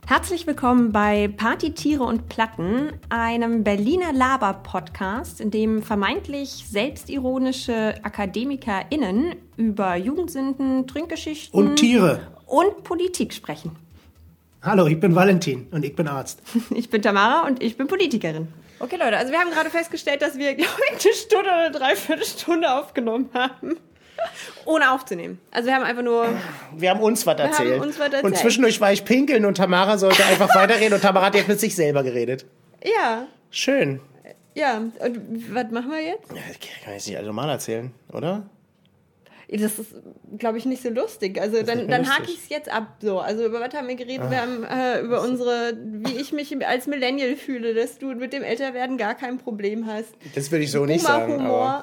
Herzlich willkommen bei Party, Tiere und Platten, einem Berliner Laber-Podcast, in dem vermeintlich selbstironische AkademikerInnen über Jugendsünden, Trinkgeschichten und Tiere und Politik sprechen. Hallo, ich bin Valentin und ich bin Arzt. Ich bin Tamara und ich bin Politikerin. Okay, Leute, also wir haben gerade festgestellt, dass wir, glaube ich, eine Stunde oder eine Dreiviertelstunde aufgenommen haben. Ohne aufzunehmen. Also wir haben einfach nur... Wir haben uns was erzählt. Und zwischendurch war ich pinkeln und Tamara sollte einfach weiterreden und Tamara hat jetzt mit sich selber geredet. Ja. Schön. Ja, und was machen wir jetzt? Ja, das kann ich nicht normal erzählen, oder? Das ist, glaube ich, nicht so lustig. Also dann hake ich es jetzt ab. So, also über was haben wir geredet? Wir haben über unsere, wie ich mich als Millennial fühle, dass du mit dem Älterwerden gar kein Problem hast. Das würde ich so nicht sagen. Humor.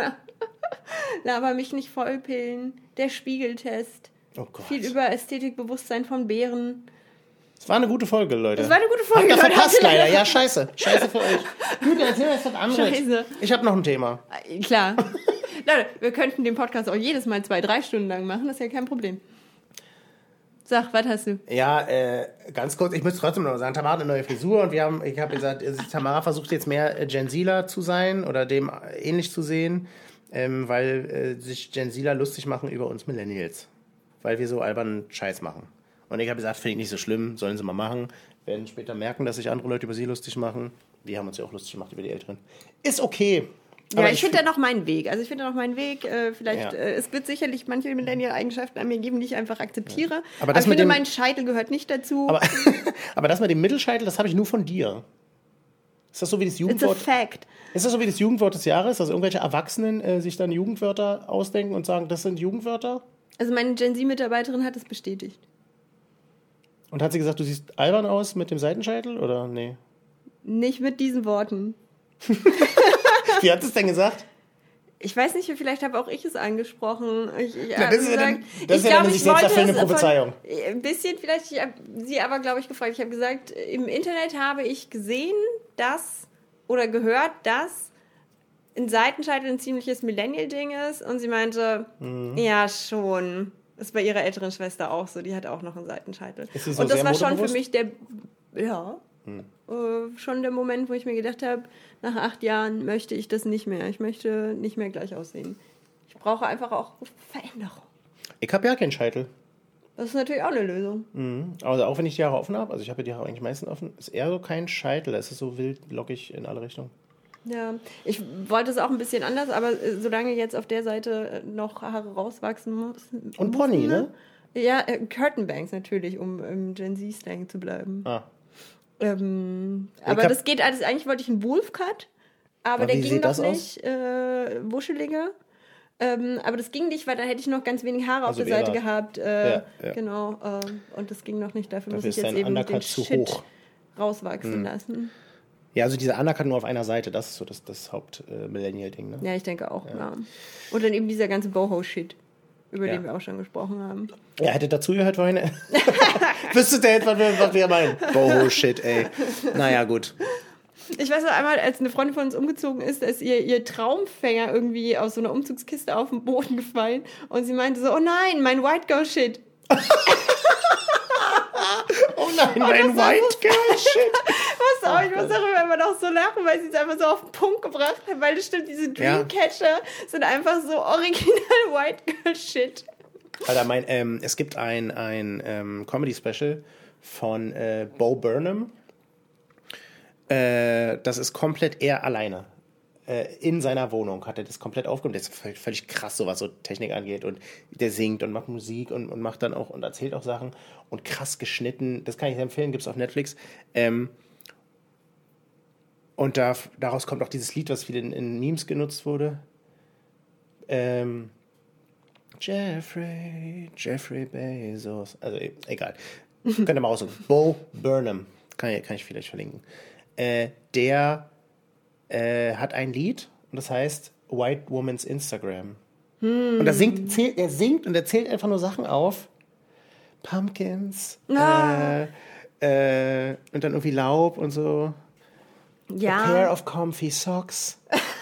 Laber mich nicht vollpillen. Der Spiegeltest. Oh Gott. Viel über Ästhetikbewusstsein von Bären. Das war eine gute Folge, Leute. Das war eine gute Folge. Habt ihr verpasst leider. Ja, scheiße. Scheiße für euch. Gut, erzähl was anderes. Scheiße. Ich habe noch ein Thema. Klar. Leute, wir könnten den Podcast auch jedes Mal 2-3 Stunden lang machen. Das ist ja kein Problem. Sag, was hast du? Ja, ganz kurz, ich muss trotzdem noch sagen, Tamara hat eine neue Frisur und ich habe gesagt, Tamara versucht jetzt mehr Gen Zler zu sein oder dem ähnlich zu sehen, weil sich Gen Zler lustig machen über uns Millennials, weil wir so albernen Scheiß machen. Und ich habe gesagt, finde ich nicht so schlimm, sollen sie mal machen, werden später merken, dass sich andere Leute über sie lustig machen. Wir haben uns ja auch lustig gemacht über die Älteren. Ist okay. Ja, ich finde da noch meinen Weg. Also ich finde da noch meinen Weg. Vielleicht, es wird sicherlich manche Millennial-Eigenschaften an mir geben, die ich einfach akzeptiere. Ja. Aber ich finde, mein Scheitel gehört nicht dazu. Aber das mit dem Mittelscheitel, das habe ich nur von dir. Ist das so wie das Jugendwort? It's a fact. Ist das so wie das Jugendwort des Jahres, dass irgendwelche Erwachsenen sich dann Jugendwörter ausdenken und sagen, das sind Jugendwörter? Also meine Gen Z-Mitarbeiterin hat es bestätigt. Und hat sie gesagt, du siehst albern aus mit dem Seitenscheitel, oder nee? Nicht mit diesen Worten. Wie hat es denn gesagt? Ich weiß nicht, vielleicht habe auch ich es angesprochen. Das ist ja eine sich selbst erfüllende Prophezeiung. Ein bisschen vielleicht, ich habe sie aber, glaube ich, gefragt. Ich habe gesagt, im Internet habe ich gesehen, dass, oder gehört, dass ein Seitenscheitel ein ziemliches Millennial-Ding ist. Und sie meinte, ja, schon. Das ist bei ihrer älteren Schwester auch so. Die hat auch noch einen Seitenscheitel. Ist sie so und das sehr war schon modebewusst? für mich schon der Moment, wo ich mir gedacht habe, nach 8 Jahren möchte ich das nicht mehr. Ich möchte nicht mehr gleich aussehen. Ich brauche einfach auch Veränderung. Ich habe ja keinen Scheitel. Das ist natürlich auch eine Lösung. Also auch wenn ich die Haare offen habe, also ich habe die Haare eigentlich meistens offen, ist eher so kein Scheitel. Es ist so wild lockig in alle Richtungen. Ja, ich wollte es auch ein bisschen anders, aber solange jetzt auf der Seite noch Haare rauswachsen muss. Und Pony, ne? Ja, Curtainbanks natürlich, um im Gen Z-Slang zu bleiben. Aber das geht alles, eigentlich wollte ich einen Wolf-Cut, aber der ging noch nicht, wuscheliger. Aber das ging nicht, weil dann hätte ich noch ganz wenig Haare auf der Seite gehabt. Genau, und das ging noch nicht, dafür muss ich jetzt eben den Shit rauswachsen lassen. Ja, also dieser Undercut nur auf einer Seite, das ist so das Haupt-Millennial-Ding, ne? Ja, ich denke auch, ja. Und dann eben dieser ganze Boho-Shit, über den wir auch schon gesprochen haben. Ja, hättet dazu gehört vorhin. Wüsstet ihr jetzt, was wir meinen? Boho-Shit, ey. Naja, gut. Ich weiß noch einmal, als eine Freundin von uns umgezogen ist, da ist ihr Traumfänger irgendwie aus so einer Umzugskiste auf den Boden gefallen und sie meinte so, oh nein, mein White Girl Shit. Oh nein, mein White Girl Shit. Ich muss darüber immer noch so lachen, weil sie es einfach so auf den Punkt gebracht hat, weil das stimmt, diese Dreamcatcher sind einfach so original White Girl Shit. Alter, es gibt ein Comedy-Special von Bo Burnham. Das ist komplett er alleine. In seiner Wohnung hat er das komplett aufgenommen. Der ist völlig krass, so was so Technik angeht. Und der singt und macht Musik und macht dann auch und erzählt auch Sachen. Und krass geschnitten. Das kann ich empfehlen, gibt es auf Netflix. Und daraus kommt auch dieses Lied, was viel in Memes genutzt wurde. Jeffrey Bezos. Also egal. Könnt ihr mal raussuchen. Bo Burnham. Kann ich vielleicht verlinken. Der hat ein Lied und das heißt White Woman's Instagram. Und er singt und erzählt einfach nur Sachen auf. Pumpkins. Und dann irgendwie Laub und so. Ja. A pair of comfy socks.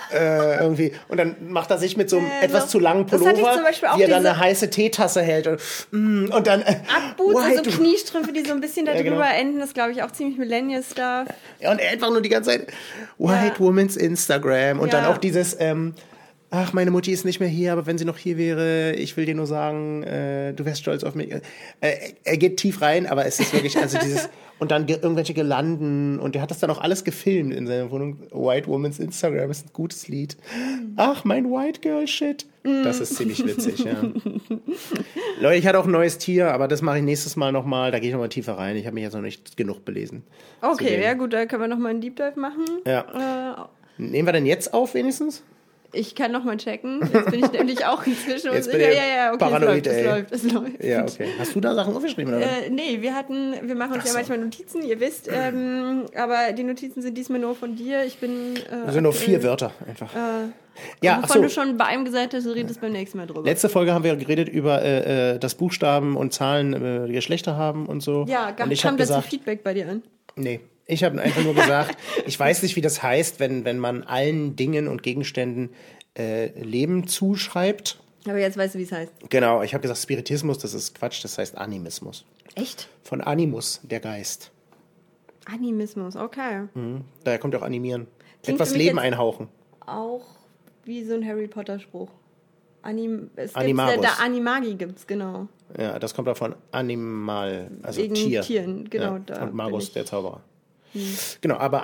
irgendwie. Und dann macht er sich mit so einem etwas zu langen Das hatte ich Pullover, zum Beispiel auch wie er dann diese- eine heiße Teetasse hält. Und dann Abboots und so White- Kniestrümpfe, die so ein bisschen da Ja, drüber genau. enden, das glaube ich auch ziemlich Millennial-Stuff. Ja, und er einfach nur die ganze Zeit White Woman's Instagram und dann Ja. auch dieses ach, meine Mutti ist nicht mehr hier, aber wenn sie noch hier wäre, ich will dir nur sagen, du wärst stolz auf mich. Er geht tief rein, aber es ist wirklich, also dieses, und dann irgendwelche Gelanden, und der hat das dann auch alles gefilmt in seiner Wohnung. White Woman's Instagram ist ein gutes Lied. Ach, mein White Girl Shit. Das ist ziemlich witzig, ja. Leute, ich hatte auch ein neues Tier, aber das mache ich nächstes Mal nochmal, da gehe ich nochmal tiefer rein. Ich habe mich jetzt noch nicht genug belesen. Okay, ja gut, da können wir nochmal einen Deep Dive machen. Ja. Nehmen wir denn jetzt auf wenigstens? Ich kann nochmal checken. Jetzt bin ich nämlich auch inzwischen Jetzt unsicher. bin ich Ja, okay, paranoid, es läuft. Ja, okay. Hast du da Sachen aufgeschrieben, oder? Nee, wir machen uns ja manchmal Notizen, ihr wisst, aber die Notizen sind diesmal nur von dir. Ich bin. Das sind nur 4 Wörter einfach. Ja, wovon du schon bei einem gesagt hast, du redest beim nächsten Mal drüber. Letzte Folge haben wir geredet über das Buchstaben und Zahlen Geschlechter haben und so. Ja, und ich kam habe dazu gesagt, Feedback bei dir an? nee. Ich habe einfach nur gesagt, ich weiß nicht, wie das heißt, wenn man allen Dingen und Gegenständen Leben zuschreibt. Aber jetzt weißt du, wie es heißt. Genau, ich habe gesagt, Spiritismus, das ist Quatsch, das heißt Animismus. Echt? Von Animus, der Geist. Animismus, okay. Daher kommt auch animieren. Klingt Etwas für mich Leben jetzt- einhauchen. Auch wie so ein Harry Potter-Spruch. Animagus. Der Animagi gibt's, genau. Ja, das kommt davon Animal, also Wegen Tier. Tieren, genau, Ja, da und bin Magus, ich. der Zauberer. Genau, aber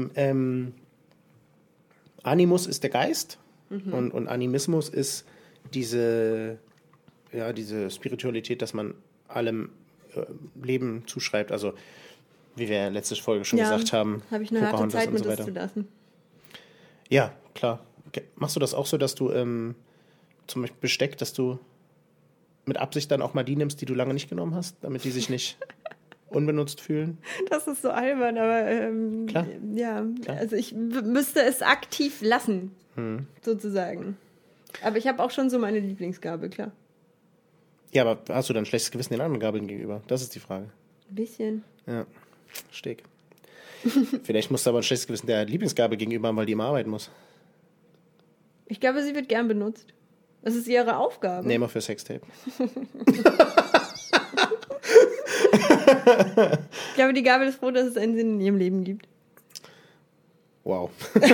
Animus ist der Geist und Animismus ist diese Spiritualität, dass man allem Leben zuschreibt. Also, wie wir letzte Folge schon gesagt haben, habe ich eine harte Pocahontas Zeit, und mir so das weiter. zu lassen. Ja, klar. Machst du das auch so, dass du zum Beispiel Besteck, dass du mit Absicht dann auch mal die nimmst, die du lange nicht genommen hast, damit die sich nicht unbenutzt fühlen? Das ist so albern, aber Klar. ja, also ich müsste es aktiv lassen, sozusagen. Aber ich habe auch schon so meine Lieblingsgabel, klar. Ja, aber hast du dann ein schlechtes Gewissen den anderen Gabeln gegenüber? Das ist die Frage. Ein bisschen. Ja, Steg. Vielleicht musst du aber ein schlechtes Gewissen der Lieblingsgabel gegenüber haben, weil die immer arbeiten muss. Ich glaube, sie wird gern benutzt. Das ist ihre Aufgabe. Nee, immer für Sextape. Ich glaube, die Gabel ist froh, dass es einen Sinn in ihrem Leben gibt. Wow.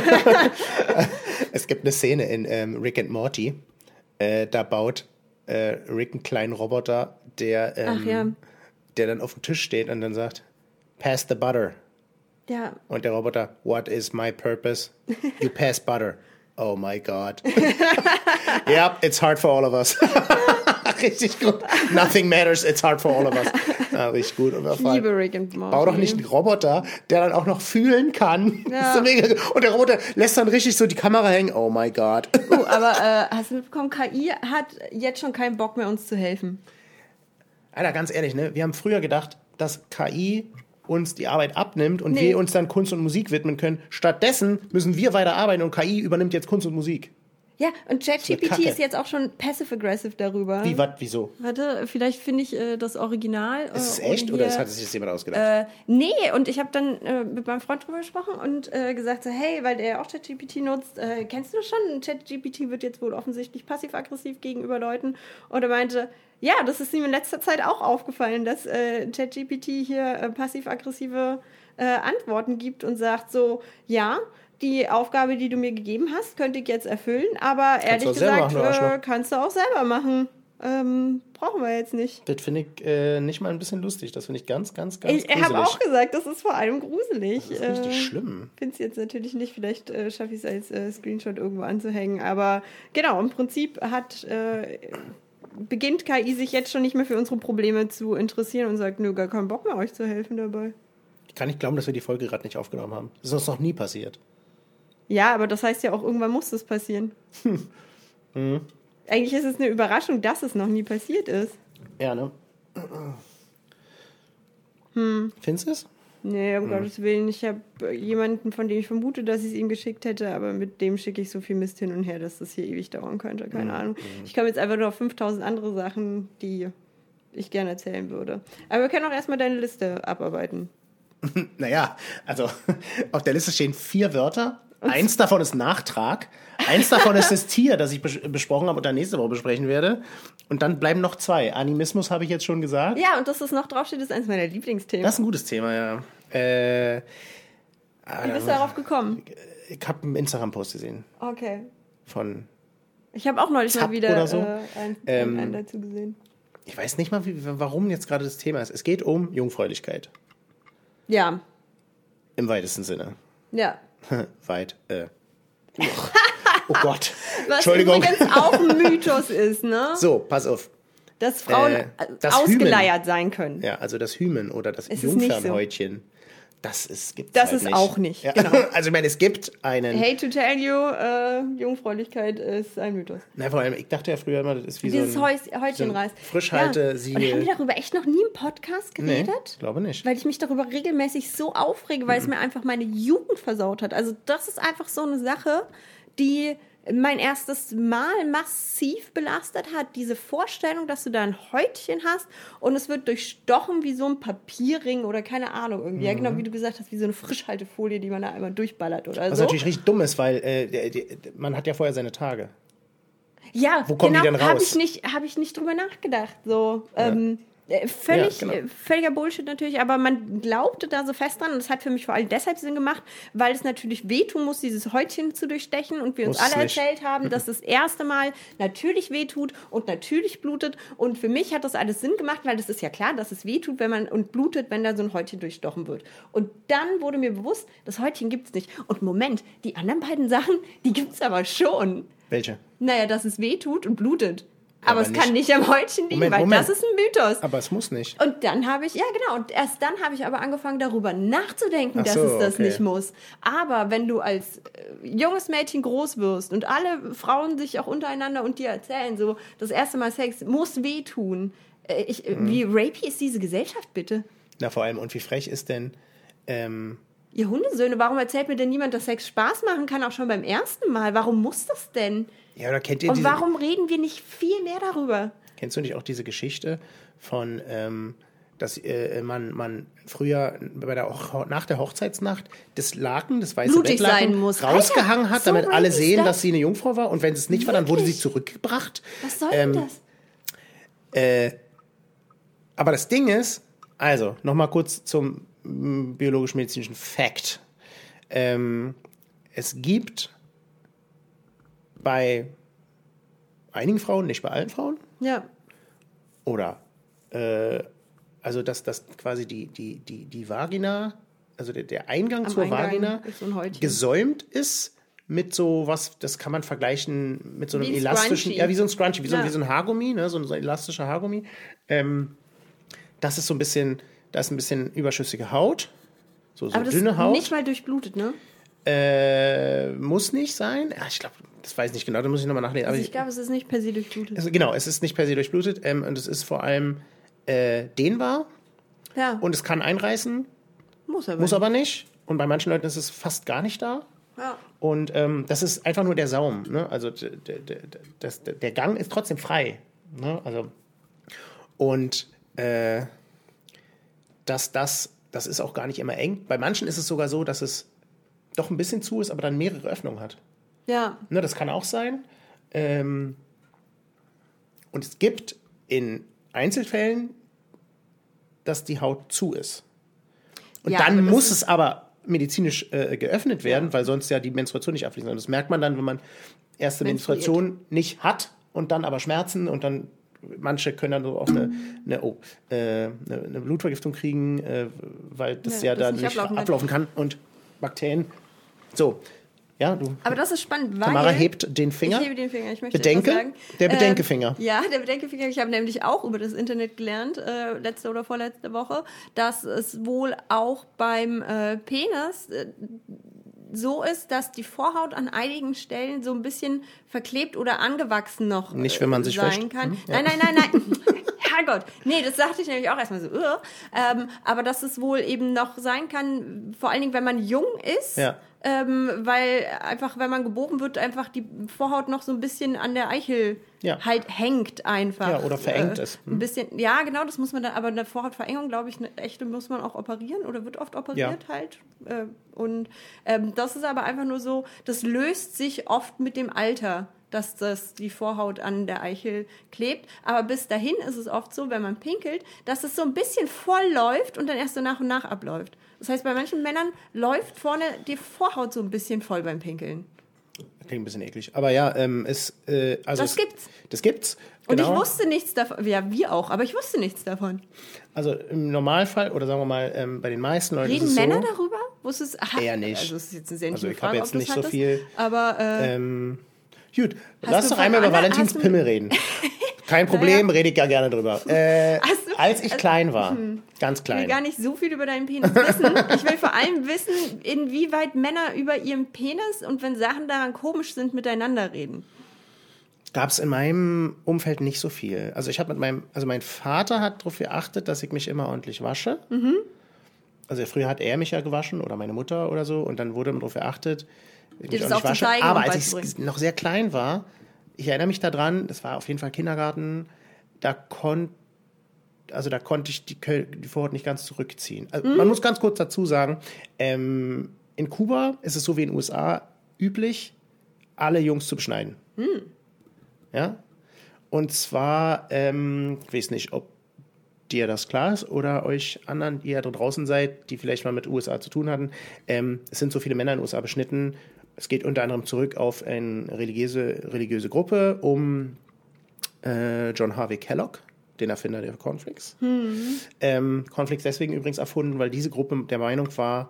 Es gibt eine Szene in Rick and Morty. Da baut Rick einen kleinen Roboter, der dann auf dem Tisch steht und dann sagt, pass the butter. Ja, Und der Roboter, what is my purpose? You pass butter. Oh my God. Yep, it's hard for all of us. Richtig gut. Nothing matters, it's hard for all of us. Ja, richtig gut. ich liebe Rick and Morty. Bau doch nicht einen Roboter, der dann auch noch fühlen kann. Ja. So mega. Und der Roboter lässt dann richtig so die Kamera hängen. Oh my God. Aber hast du mitbekommen, KI hat jetzt schon keinen Bock mehr, uns zu helfen. Alter, ganz ehrlich, ne? Wir haben früher gedacht, dass KI uns die Arbeit abnimmt und wir uns dann Kunst und Musik widmen können. Stattdessen müssen wir weiter arbeiten und KI übernimmt jetzt Kunst und Musik. Ja, und wird ChatGPT Kacke. ist jetzt auch schon passive-aggressive darüber. Wie, was, wieso? Warte, vielleicht finde ich das Original. Ist es echt ohne oder hier- hat sich das jemand ausgedacht? Nee, und ich habe dann mit meinem Freund drüber gesprochen und gesagt so, hey, weil der auch ChatGPT nutzt, kennst du das schon? ChatGPT wird jetzt wohl offensichtlich passiv-aggressiv gegenüber Leuten. Und er meinte, ja, das ist ihm in letzter Zeit auch aufgefallen, dass ChatGPT hier passiv-aggressive Antworten gibt und sagt so, ja, die Aufgabe, die du mir gegeben hast, könnte ich jetzt erfüllen, aber du ehrlich auch selber gesagt, machen, du Arschloch. kannst du auch selber machen. Brauchen wir jetzt nicht. Das finde ich nicht mal ein bisschen lustig. Das finde ich ganz, ganz, ganz Ich habe auch gesagt, das ist vor allem gruselig. Das ist richtig schlimm. Finde es jetzt natürlich nicht, vielleicht schaffe ich es als Screenshot irgendwo anzuhängen, aber genau, im Prinzip beginnt KI sich jetzt schon nicht mehr für unsere Probleme zu interessieren und sagt, nö, gar keinen Bock mehr, euch zu helfen dabei. Ich kann nicht glauben, dass wir die Folge gerade nicht aufgenommen haben. Das ist uns noch nie passiert. Ja, aber das heißt ja auch, irgendwann muss das passieren. Eigentlich ist es eine Überraschung, dass es noch nie passiert ist. Ja, ne? Findest du es? Nee, um Gottes Willen. Ich habe jemanden, von dem ich vermute, dass ich es ihm geschickt hätte, aber mit dem schicke ich so viel Mist hin und her, dass das hier ewig dauern könnte. Keine Ahnung. Ich komme jetzt einfach nur auf 5000 andere Sachen, die ich gerne erzählen würde. Aber wir können auch erstmal deine Liste abarbeiten. Naja, also auf der Liste stehen 4 Wörter Eins davon ist Nachtrag. Eins davon ist das Tier, das ich besprochen habe und dann nächste Woche besprechen werde. Und dann bleiben noch 2. Animismus habe ich jetzt schon gesagt. Ja, und dass das noch draufsteht, ist eines meiner Lieblingsthemen. Das ist ein gutes Thema, ja. Wie bist du darauf gekommen? Ich habe einen Instagram-Post gesehen. Okay. Von Ich habe auch neulich Zapp mal wieder oder so. einen dazu gesehen. Ich weiß nicht mal, warum jetzt gerade das Thema ist. Es geht um Jungfräulichkeit. Ja. Im weitesten Sinne. Ja. Oh Gott. Was Entschuldigung. übrigens auch ein Mythos ist, ne? So, pass auf. Dass Frauen das ausgeleiert sein können. Ja, also das Hymen oder das Es ist nicht Jungfernhäutchen. Das gibt's Das halt ist nicht. auch nicht, Ja. genau. Also ich meine, es gibt einen... Hate to tell you, Jungfräulichkeit ist ein Mythos. Na, vor allem, ich dachte ja früher immer, das ist wie Dieses so ein Häutchenreis. Frischhalte-Siegel. Und haben wir darüber echt noch nie im Podcast geredet? Nee, glaube nicht. Weil ich mich darüber regelmäßig so aufrege, weil es mir einfach meine Jugend versaut hat. Also das ist einfach so eine Sache, die mein erstes Mal massiv belastet hat. Diese Vorstellung, dass du da ein Häutchen hast und es wird durchstochen wie so ein Papierring oder keine Ahnung irgendwie. Ja, genau, wie du gesagt hast, wie so eine Frischhaltefolie, die man da einmal durchballert oder Was so. natürlich richtig dumm ist, weil man hat ja vorher seine Tage. Ja, Wo kommen die denn raus? Habe ich nicht drüber nachgedacht. So, genau. Völliger Bullshit natürlich, aber man glaubte da so fest dran und das hat für mich vor allem deshalb Sinn gemacht, weil es natürlich wehtun muss, dieses Häutchen zu durchstechen und wir uns alle erzählt haben, dass das erste Mal natürlich wehtut und natürlich blutet und für mich hat das alles Sinn gemacht, weil das ist ja klar, dass es wehtut, wenn man und blutet, wenn da so ein Häutchen durchstochen wird. Und dann wurde mir bewusst, das Häutchen gibt's nicht. Und Moment, die anderen beiden Sachen, die gibt's aber schon. Welche? Naja, dass es wehtut und blutet. Aber es nicht. kann nicht am Häutchen liegen, weil das ist ein Mythos. Aber es muss nicht. Und dann habe ich, ja genau, und erst dann habe ich aber angefangen, darüber nachzudenken, dass so, es das okay. nicht muss. Aber wenn du als junges Mädchen groß wirst und alle Frauen sich auch untereinander und dir erzählen, so das erste Mal Sex muss wehtun, wie rapey ist diese Gesellschaft bitte? Na vor allem, und wie frech ist denn... Ihr Hundesöhne, warum erzählt mir denn niemand, dass Sex Spaß machen kann, auch schon beim ersten Mal? Warum muss das denn? Ja, oder kennt ihr Und warum reden wir nicht viel mehr darüber? Kennst du nicht auch diese Geschichte von, dass man früher nach der Hochzeitsnacht das Laken, das weiße Blutig sein Bettlaken, muss. rausgehangen Alter, hat, so damit alle rapey sehen, ist das? dass sie eine Jungfrau war? Und wenn es nicht war, dann wurde sie zurückgebracht. Was soll denn das? Aber das Ding ist, also, nochmal kurz zum biologisch-medizinischen Fact. Es gibt bei einigen Frauen, nicht bei allen Frauen, Ja. oder also dass quasi die Vagina, also der Eingang Am zur Eingang Vagina ist so ein Häutchen. gesäumt ist mit so was, das kann man vergleichen mit so einem Wie ein elastischen, Scrunchie. ja, wie so ein Scrunchie, wie so ein Haargummi, ne, so ein elastischer Haargummi. Das ist so ein bisschen, da ist ein bisschen überschüssige Haut, so Aber das dünne ist Haut. nicht mal durchblutet, ne? Muss nicht sein. Ja, ich glaube, das weiß ich nicht genau, da muss ich nochmal nachlesen. Also Aber ich glaube, es ist nicht per se durchblutet. also genau, es ist nicht per se durchblutet und es ist vor allem dehnbar Ja, und es kann einreißen, muss aber. muss aber nicht. Und bei manchen Leuten ist es fast gar nicht da. Ja. Und das ist einfach nur der Saum. Ne? Also der Gang ist trotzdem frei. Ne? Also, und das ist auch gar nicht immer eng. Bei manchen ist es sogar so, dass es doch ein bisschen zu ist, aber dann mehrere Öffnungen hat. Ja. Ne, das kann auch sein. Und es gibt in Einzelfällen, dass die Haut zu ist. Und Ja, dann aber das muss es aber medizinisch geöffnet werden, weil sonst ja die Menstruation nicht abfließen kann. Das merkt man dann, wenn man erste Menstruation nicht hat und dann aber Schmerzen und dann manche können dann so auch eine Blutvergiftung kriegen, weil das ja dann nicht ablaufen kann und Bakterien. So, ja, du. Aber das ist spannend, weil... Tamara hebt den Finger. Ich hebe den Finger, ich möchte Bedenke, etwas sagen. der Bedenkefinger. Ja, der Bedenkefinger. Ich habe nämlich auch über das Internet gelernt, letzte oder vorletzte Woche, dass es wohl auch beim Penis so ist, dass die Vorhaut an einigen Stellen so ein bisschen verklebt oder angewachsen noch Nicht, wenn man sich sein wäscht. kann. Ja. Nein. Herrgott. Nee, das dachte ich nämlich auch erstmal so. Aber dass es wohl eben noch sein kann, vor allen Dingen, wenn man jung ist, Ja. weil einfach, wenn man geboren wird, einfach die Vorhaut noch so ein bisschen an der Eichel halt hängt einfach. Ja, oder verengt ist. Ein bisschen, ja, genau, das muss man dann, aber eine Vorhautverengung, glaube ich, eine echte muss man auch operieren oder wird oft operiert halt. Und das ist aber einfach nur so, das löst sich oft mit dem Alter, dass die Vorhaut an der Eichel klebt. Aber bis dahin ist es oft so, wenn man pinkelt, dass es so ein bisschen voll läuft und dann erst so nach und nach abläuft. Das heißt, bei manchen Männern läuft vorne die Vorhaut so ein bisschen voll beim Pinkeln. Klingt ein bisschen eklig. Aber ja, das gibt's. Das gibt's. Und genau. ich wusste nichts davon. Ja, wir auch, aber ich wusste nichts davon. Also im Normalfall, oder sagen wir mal, bei den meisten Leuten Reden ist es so. Männer darüber? Wusstest du? Eher nicht. Also, das ist jetzt eine sehr also intime ich habe Frage, jetzt ob nicht das so hattest, viel. Aber, gut, lass doch einmal über Valentins Pimmel reden. Kein Problem, rede ich gar gerne drüber. Als ich klein war, ganz klein. Ich will gar nicht so viel über deinen Penis wissen. Ich will vor allem wissen, inwieweit Männer über ihren Penis und wenn Sachen daran komisch sind, miteinander reden. Gab es in meinem Umfeld nicht so viel. Also ich habe mein Vater hat darauf geachtet, dass ich mich immer ordentlich wasche. Also früher hat er mich ja gewaschen oder meine Mutter oder so und dann wurde darauf geachtet, dass ich mich ordentlich wasche. Aber als ich noch sehr klein war, ich erinnere mich daran, das war auf jeden Fall Kindergarten, da konnte ich die Vorhaut nicht ganz zurückziehen. Also man muss ganz kurz dazu sagen, in Kuba ist es so wie in den USA üblich, alle Jungs zu beschneiden. Ja? Und zwar, ich weiß nicht, ob dir das klar ist oder euch anderen, die ja da draußen seid, die vielleicht mal mit USA zu tun hatten. Es sind so viele Männer in den USA beschnitten. Es geht unter anderem zurück auf eine religiöse Gruppe um John Harvey Kellogg, den Erfinder der Cornflakes. Cornflakes deswegen übrigens erfunden, weil diese Gruppe der Meinung war,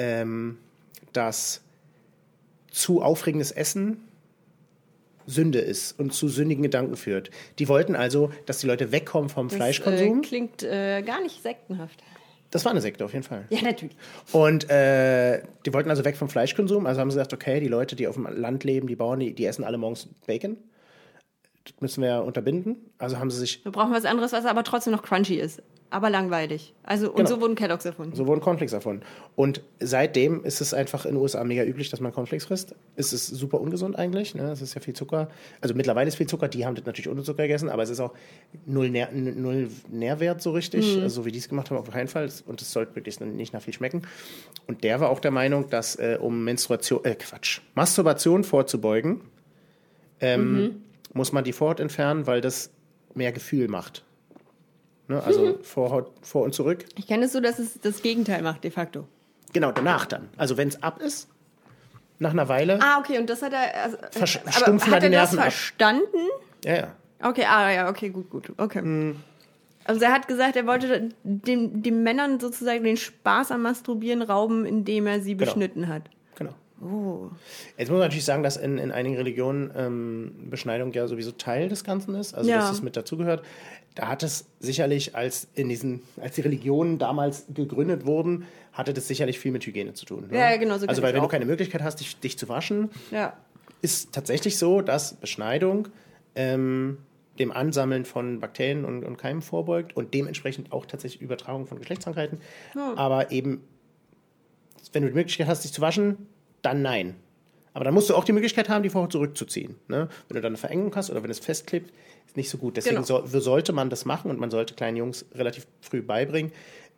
dass zu aufregendes Essen Sünde ist und zu sündigen Gedanken führt. Die wollten also, dass die Leute wegkommen vom Fleischkonsum. Klingt gar nicht sektenhaft. Das war eine Sekte, auf jeden Fall. Ja, natürlich. Und die wollten also weg vom Fleischkonsum. Also haben sie gesagt, okay, die Leute, die auf dem Land leben, die Bauern, die essen alle morgens Bacon. Das müssen wir ja unterbinden. Also haben sie sich... Wir brauchen was anderes, was aber trotzdem noch crunchy ist. Aber langweilig. Also, und so wurden Kellogg's erfunden. So wurden Cornflakes erfunden. Und seitdem ist es einfach in den USA mega üblich, dass man Cornflakes frisst. Es ist super ungesund eigentlich. Ne? Es ist ja viel Zucker. Also mittlerweile ist viel Zucker. Die haben das natürlich ohne Zucker gegessen. Aber es ist auch null Nährwert so richtig. Also so wie die es gemacht haben, auf keinen Fall. Und es sollte wirklich nicht nach viel schmecken. Und der war auch der Meinung, dass um Masturbation vorzubeugen, muss man die Vorhaut entfernen, weil das mehr Gefühl macht. Ne? Also vor und zurück. Ich kenne es so, dass es das Gegenteil macht, de facto. Genau, danach dann. Also wenn es ab ist, nach einer Weile... Okay, und das hat er... Also, stumpfen da die Nerven das verstanden? Ja. Okay, okay, gut. Okay. Also er hat gesagt, er wollte den Männern sozusagen den Spaß am Masturbieren rauben, indem er sie beschnitten hat. Genau. Oh. Jetzt muss man natürlich sagen, dass in einigen Religionen Beschneidung ja sowieso Teil des Ganzen ist, also dass es mit dazugehört. Da hat es sicherlich, als die Religionen damals gegründet wurden, hatte das sicherlich viel mit Hygiene zu tun. Ne? Ja, genau. So also weil wenn du keine Möglichkeit hast, dich zu waschen, ist tatsächlich so, dass Beschneidung dem Ansammeln von Bakterien und Keimen vorbeugt und dementsprechend auch tatsächlich Übertragung von Geschlechtskrankheiten. Ja. Aber eben, wenn du die Möglichkeit hast, dich zu waschen, dann nein. Aber dann musst du auch die Möglichkeit haben, die Vorhaut zurückzuziehen. Ne? Wenn du dann eine Verengung hast oder wenn es festklebt, ist nicht so gut. Deswegen sollte man das machen und man sollte kleinen Jungs relativ früh beibringen,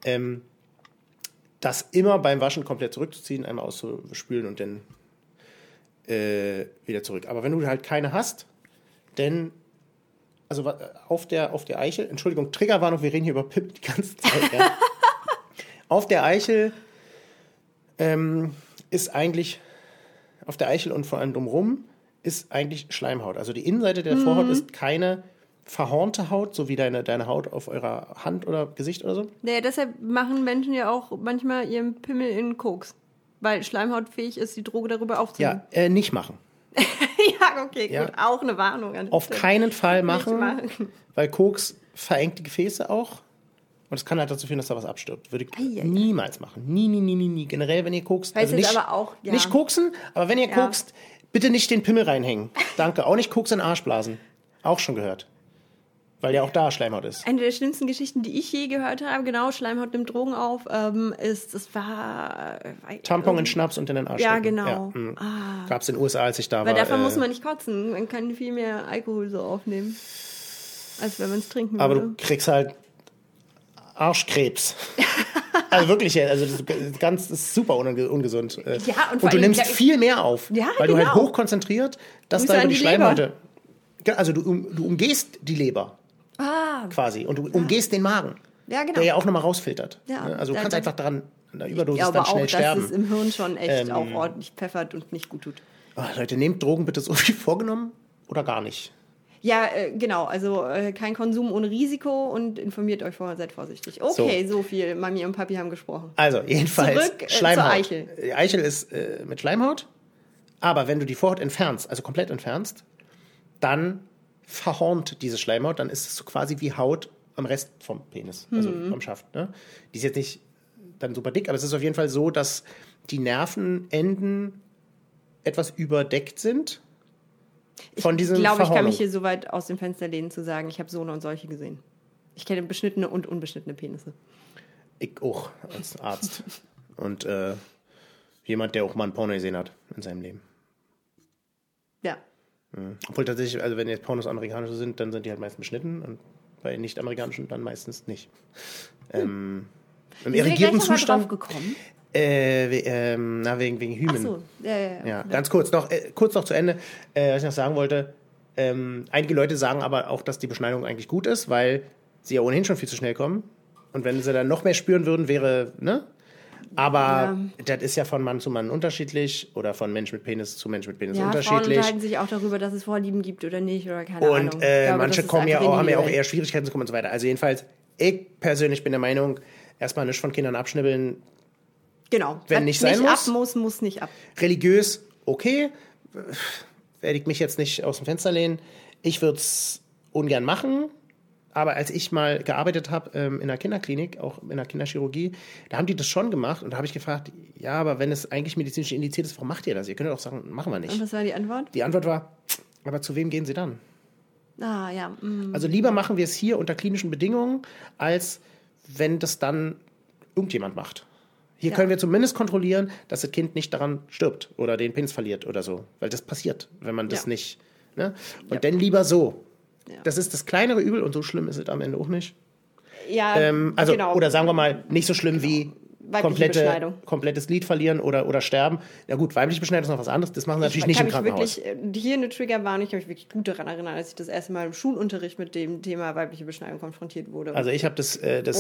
das immer beim Waschen komplett zurückzuziehen, einmal auszuspülen und dann wieder zurück. Aber wenn du halt keine hast, dann also auf der Eichel, Entschuldigung, Triggerwarnung, wir reden hier über Pip die ganze Zeit. Ja. Auf der Eichel ist eigentlich, auf der Eichel und vor allem drumherum, ist eigentlich Schleimhaut. Also die Innenseite der Vorhaut ist keine verhornte Haut, so wie deine Haut auf eurer Hand oder Gesicht oder so. Naja, deshalb machen Menschen ja auch manchmal ihren Pimmel in Koks. Weil Schleimhaut fähig ist, die Droge darüber aufzunehmen. Ja, nicht machen. Ja, okay, gut. Ja. Auch eine Warnung. Auf keinen Fall machen, weil Koks verengt die Gefäße auch. Und es kann halt dazu führen, dass da was abstirbt. Würde ich niemals machen. Nie. Generell, wenn ihr kokst. Also nicht, aber auch, nicht koksen, aber wenn ihr kokst, bitte nicht den Pimmel reinhängen. Danke. Auch nicht Koks in Arschblasen. Auch schon gehört. Weil ja auch da Schleimhaut ist. Eine der schlimmsten Geschichten, die ich je gehört habe, genau, Schleimhaut nimmt Drogen auf, es war... Tampon in Schnaps und in den Arsch Ja, stecken. genau. Gab es in den USA, als ich da war. Weil davon muss man nicht kotzen. Man kann viel mehr Alkohol so aufnehmen, als wenn man es trinken würde. Aber du kriegst halt Arschkrebs. Also wirklich, also das ist super ungesund. Ja, und du nimmst viel mehr auf, ja, weil du halt hochkonzentriert, dass da über die Schleimhäute... Also du umgehst die Leber quasi und du umgehst den Magen, der ja auch nochmal rausfiltert. Ja, also du kannst einfach daran, in der Überdosis dann schnell sterben. Dass es im Hirn schon echt auch ordentlich pfeffert und nicht gut tut. Leute, nehmt Drogen bitte so wie vorgenommen oder gar nicht. Ja, genau, also kein Konsum ohne Risiko und informiert euch vorher, seid vorsichtig. Okay, so viel. Mami und Papi haben gesprochen. Also jedenfalls Zurück Schleimhaut. zur Eichel. Die Eichel ist mit Schleimhaut, aber wenn du die Vorhaut entfernst, also komplett entfernst, dann verhornt diese Schleimhaut, dann ist es so quasi wie Haut am Rest vom Penis, also vom Schaft. Ne? Die ist jetzt nicht dann super dick, aber es ist auf jeden Fall so, dass die Nervenenden etwas überdeckt sind von diesem Ich glaube, ich kann Verhornung. mich hier so weit aus dem Fenster lehnen zu sagen, ich habe so und solche gesehen. Ich kenne beschnittene und unbeschnittene Penisse. Ich auch, als Arzt. Und jemand, der auch mal ein Porno gesehen hat in seinem Leben. Ja. Obwohl tatsächlich, also wenn jetzt Pornos amerikanische sind, dann sind die halt meistens beschnitten und bei nicht-amerikanischen dann meistens nicht. Im irrigierten Zustand. Drauf gekommen? Wegen Hymen. Ach so, ja. Ganz kurz noch zu Ende, was ich noch sagen wollte. Einige Leute sagen aber auch, dass die Beschneidung eigentlich gut ist, weil sie ja ohnehin schon viel zu schnell kommen. Und wenn sie dann noch mehr spüren würden, wäre, ne? Aber das ist ja von Mann zu Mann unterschiedlich oder von Mensch mit Penis zu Mensch mit Penis unterschiedlich. Frauen unterhalten sich auch darüber, dass es Vorlieben gibt oder nicht oder keine Ahnung. Und manche haben ja auch eher Schwierigkeiten zu kommen und so weiter. Also jedenfalls, ich persönlich bin der Meinung, erstmal nicht von Kindern abschnibbeln. Genau. Wenn nicht sein muss. Muss nicht ab. Religiös, okay. Werde ich mich jetzt nicht aus dem Fenster lehnen. Ich würde es ungern machen. Aber als ich mal gearbeitet habe in einer Kinderklinik, auch in der Kinderchirurgie, da haben die das schon gemacht. Und da habe ich gefragt, ja, aber wenn es eigentlich medizinisch indiziert ist, warum macht ihr das? Ihr könnt doch sagen, machen wir nicht. Und was war die Antwort? Die Antwort war, aber zu wem gehen sie dann? Ja. Also lieber machen wir es hier unter klinischen Bedingungen, als wenn das dann irgendjemand macht. Hier können wir zumindest kontrollieren, dass das Kind nicht daran stirbt oder den Penis verliert oder so. Weil das passiert, wenn man das nicht... Ne? Und dann lieber so. Ja. Das ist das kleinere Übel und so schlimm ist es am Ende auch nicht. Ja, also, genau. Oder sagen wir mal, nicht so schlimm wie komplettes Glied verlieren oder sterben. Ja gut, weibliche Beschneidung ist noch was anderes. Das machen sie natürlich nicht im Krankenhaus. Ich kann mich wirklich, hier eine Triggerwarnung, ich kann mich wirklich gut daran erinnern, als ich das erste Mal im Schulunterricht mit dem Thema weibliche Beschneidung konfrontiert wurde. Also ich habe das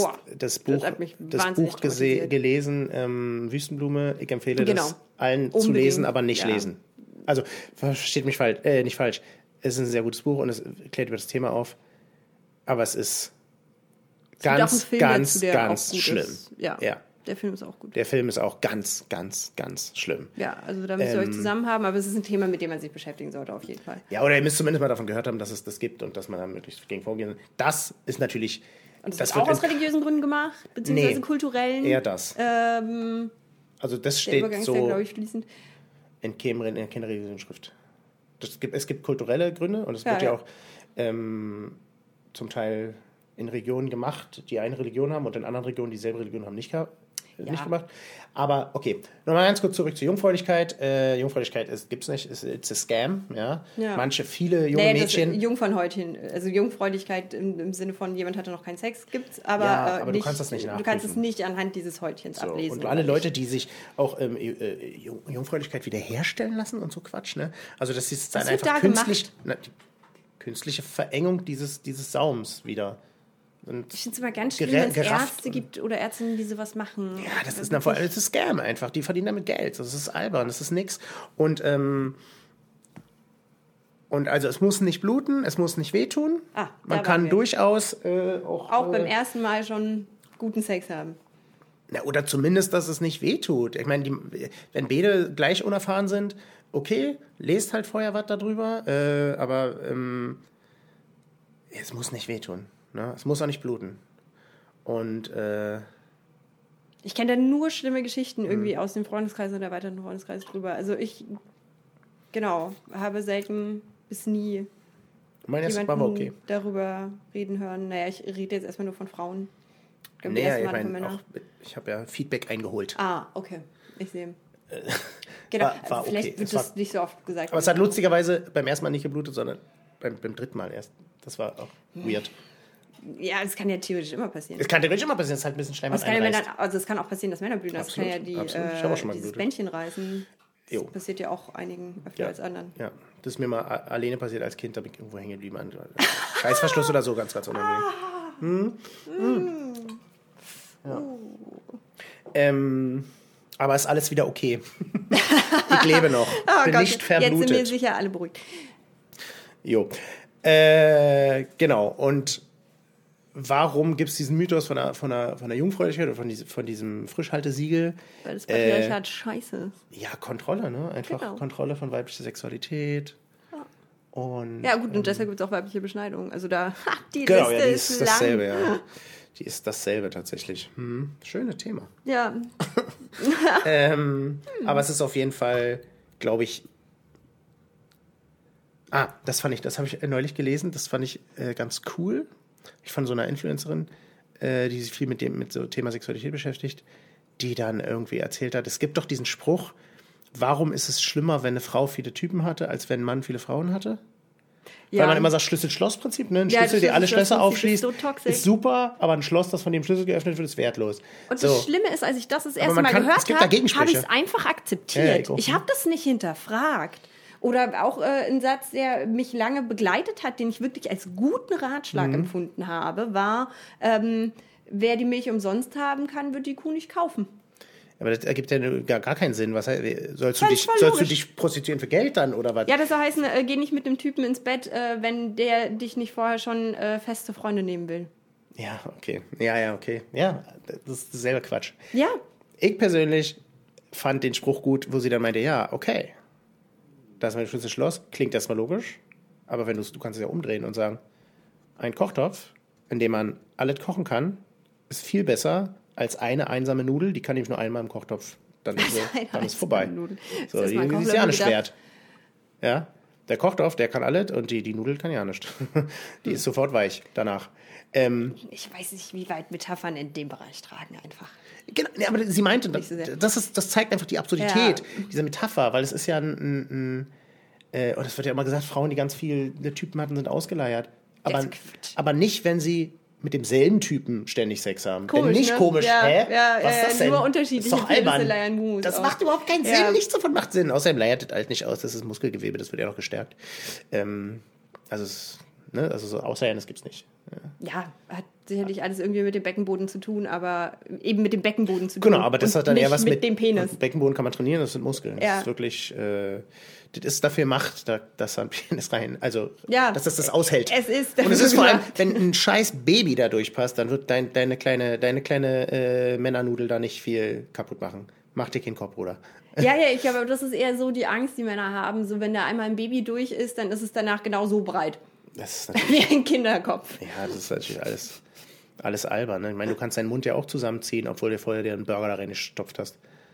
Buch gelesen, Wüstenblume. Ich empfehle das allen zu lesen, aber nicht lesen. Also versteht mich nicht falsch. Es ist ein sehr gutes Buch und es klärt über das Thema auf. Aber es ist ganz schlimm. Ja. Der Film ist auch gut. Der Film ist auch ganz, ganz, ganz schlimm. Ja, also da müsst ihr euch zusammen haben, aber es ist ein Thema, mit dem man sich beschäftigen sollte, auf jeden Fall. Ja, oder ihr müsst zumindest mal davon gehört haben, dass es das gibt und dass man da möglichst gegen vorgehen. Das ist natürlich... Und das wird auch aus religiösen Gründen gemacht, beziehungsweise kulturellen? Eher das. Also das steht so glaube ich, fließend. in keiner religiösen Schrift. Es gibt kulturelle Gründe und es wird ja auch zum Teil in Regionen gemacht, die eine Religion haben und in anderen Regionen dieselbe Religion haben nicht gemacht. Aber okay, nochmal ganz kurz zurück zur Jungfräulichkeit. Jungfräulichkeit gibt's nicht, it's a scam. Ja? Viele junge Mädchen... Jungfernhäutchen, also Jungfräulichkeit im Sinne von, jemand hatte noch keinen Sex, gibt's, aber, aber nicht, du kannst das nicht nachprüfen. Du kannst es nicht anhand dieses Häutchens ablesen. Und alle Leute, die sich auch Jungfräulichkeit wiederherstellen lassen und so Quatsch, ne? Also das ist dann einfach künstliche Verengung dieses Saums wieder. Und ich finde es immer ganz schlimm, wenn es Ärzte gibt oder Ärztinnen, die sowas machen. Ja, das ist vor allem das Scam einfach. Die verdienen damit Geld. Das ist albern, das ist nix. Und also es muss nicht bluten, es muss nicht wehtun. Man kann durchaus auch beim ersten Mal schon guten Sex haben. Na, oder zumindest, dass es nicht wehtut. Ich meine, wenn beide gleich unerfahren sind, okay, lest halt vorher was darüber, aber es muss nicht wehtun. Ne? Es muss auch nicht bluten. Und ich kenne da nur schlimme Geschichten irgendwie aus dem Freundeskreis oder erweiterten Freundeskreis drüber. Also ich, habe selten bis nie Mein erstes Mal war okay. darüber reden hören. Naja, ich rede jetzt erstmal nur von Frauen. Ich habe ja Feedback eingeholt. Ah, okay. Ich sehe. Genau. War Vielleicht okay. wird das nicht so oft gesagt. Aber es hat lustigerweise beim ersten Mal nicht geblutet, sondern beim dritten Mal erst. Das war auch weird. Ja, das kann ja theoretisch immer passieren. Es kann theoretisch immer passieren, es ist halt ein bisschen Schleimhaut einreißt. Also es kann auch passieren, dass Männer bluten. Das kann ja Ich habe auch schon mal dieses geblutet. Bändchen reißen. Das Jo. passiert ja auch einigen öfter als anderen. Ja, das ist mir mal alleine passiert als Kind, da bin ich irgendwo hängen geblieben. Scheißverschluss oder so, ganz, ganz unangenehm. Ja. Aber ist alles wieder okay. Ich lebe noch. Bin nicht verblutet. Jetzt sind wir sicher alle beruhigt. Jo. Genau. Und warum gibt es diesen Mythos von der Jungfräulichkeit oder von diesem Frischhaltesiegel? Weil das Patriarchat scheiße ist. Ja, Kontrolle, ne? Einfach Genau. Kontrolle von weiblicher Sexualität. Ja. Und, Ja gut, und deshalb gibt es auch weibliche Beschneidung. Also da, die genau, Liste die ist ist lang. dasselbe, ja. Die ist dasselbe tatsächlich. Schönes Thema. Ja, Aber es ist auf jeden Fall, glaube ich. Das habe ich neulich gelesen, das fand ich ganz cool. Ich von so einer Influencerin, die sich viel mit so Thema Sexualität beschäftigt, die dann irgendwie erzählt hat, es gibt doch diesen Spruch, warum ist es schlimmer, wenn eine Frau viele Typen hatte, als wenn ein Mann viele Frauen hatte? ja. Weil man immer sagt Schlüssel-Schloss-Prinzip, ne? Ein Ja, Schlüssel, der alle Schlösser Schlüssel-Prinzip ist aufschließt, so toxisch. ist super, aber ein Schloss, das von dem Schlüssel geöffnet wird, ist wertlos. Und so. das Schlimme ist, als ich das erste man Mal kann- es gehört gibt da habe, Gegensprüche. habe ich es einfach akzeptiert. Ja, ich habe das nicht hinterfragt. Oder auch ein Satz, der mich lange begleitet hat, den ich wirklich als guten Ratschlag empfunden habe, war, wer die Milch umsonst haben kann, wird die Kuh nicht kaufen. Aber das ergibt ja gar keinen Sinn. Was heißt, sollst Völlig du dich prostituieren für Geld dann, oder was? Ja, das soll heißen, geh nicht mit dem Typen ins Bett, wenn der dich nicht vorher schon feste Freunde nehmen will. Ja, okay. Ja, okay. Ja, das ist selber Quatsch. Ja. Ich persönlich fand den Spruch gut, wo sie dann meinte, ja, okay, das ist mein Schlüssel-Schloss, klingt erstmal logisch, aber du kannst es ja umdrehen und sagen, ein Kochtopf, in dem man alles kochen kann, ist viel besser als eine einsame Nudel, die kann nämlich nur einmal im Kochtopf. Dann ist vorbei. So, die ist ja nicht wert. Ja, der Kochtopf, der kann alles und die Nudel kann ja nicht. Die ist sofort weich danach. Ich weiß nicht, wie weit Metaphern in dem Bereich tragen einfach. Genau, nee, aber sie meinte, Nicht so sehr. das zeigt einfach die Absurdität dieser Metapher, weil es ist ja und es wird ja immer gesagt, Frauen, die ganz viele Typen hatten, sind ausgeleiert. Aber nicht, wenn sie mit demselben Typen ständig Sex haben. Komisch, nicht ne? komisch. Ja, Hä? ja, was ist das denn? nur unterschiedliche Das ist doch Penisse albern. leiern Mus Das aus. macht überhaupt keinen Ja. Sinn. Nichts davon macht Sinn. Außerdem leiert das halt nicht aus. Das ist Muskelgewebe, das wird ja noch gestärkt. Also so Ausleiern, das gibt's nicht. Ja, hat sicherlich alles irgendwie mit dem Beckenboden zu tun, aber eben mit dem Beckenboden zu tun. Genau, aber das und hat dann nicht eher was mit dem Penis. Beckenboden kann man trainieren, das sind Muskeln. Ja. Das ist wirklich, das ist dafür Macht, dass da ein Penis rein, also, Ja, dass das aushält. es ist Und es ist vor allem, gemacht. wenn ein scheiß Baby da durchpasst, dann wird deine kleine Männernudel da nicht viel kaputt machen. Mach dir keinen Kopf, Bruder. Ja, ich glaube, das ist eher so die Angst, die Männer haben. So, wenn da einmal ein Baby durch ist, dann ist es danach genau so breit. Das ist natürlich, Wie ein Kinderkopf. ja, das ist natürlich alles albern. Ne? Ich meine, du kannst deinen Mund ja auch zusammenziehen, obwohl du vorher dir einen Burger da reingestopft hast.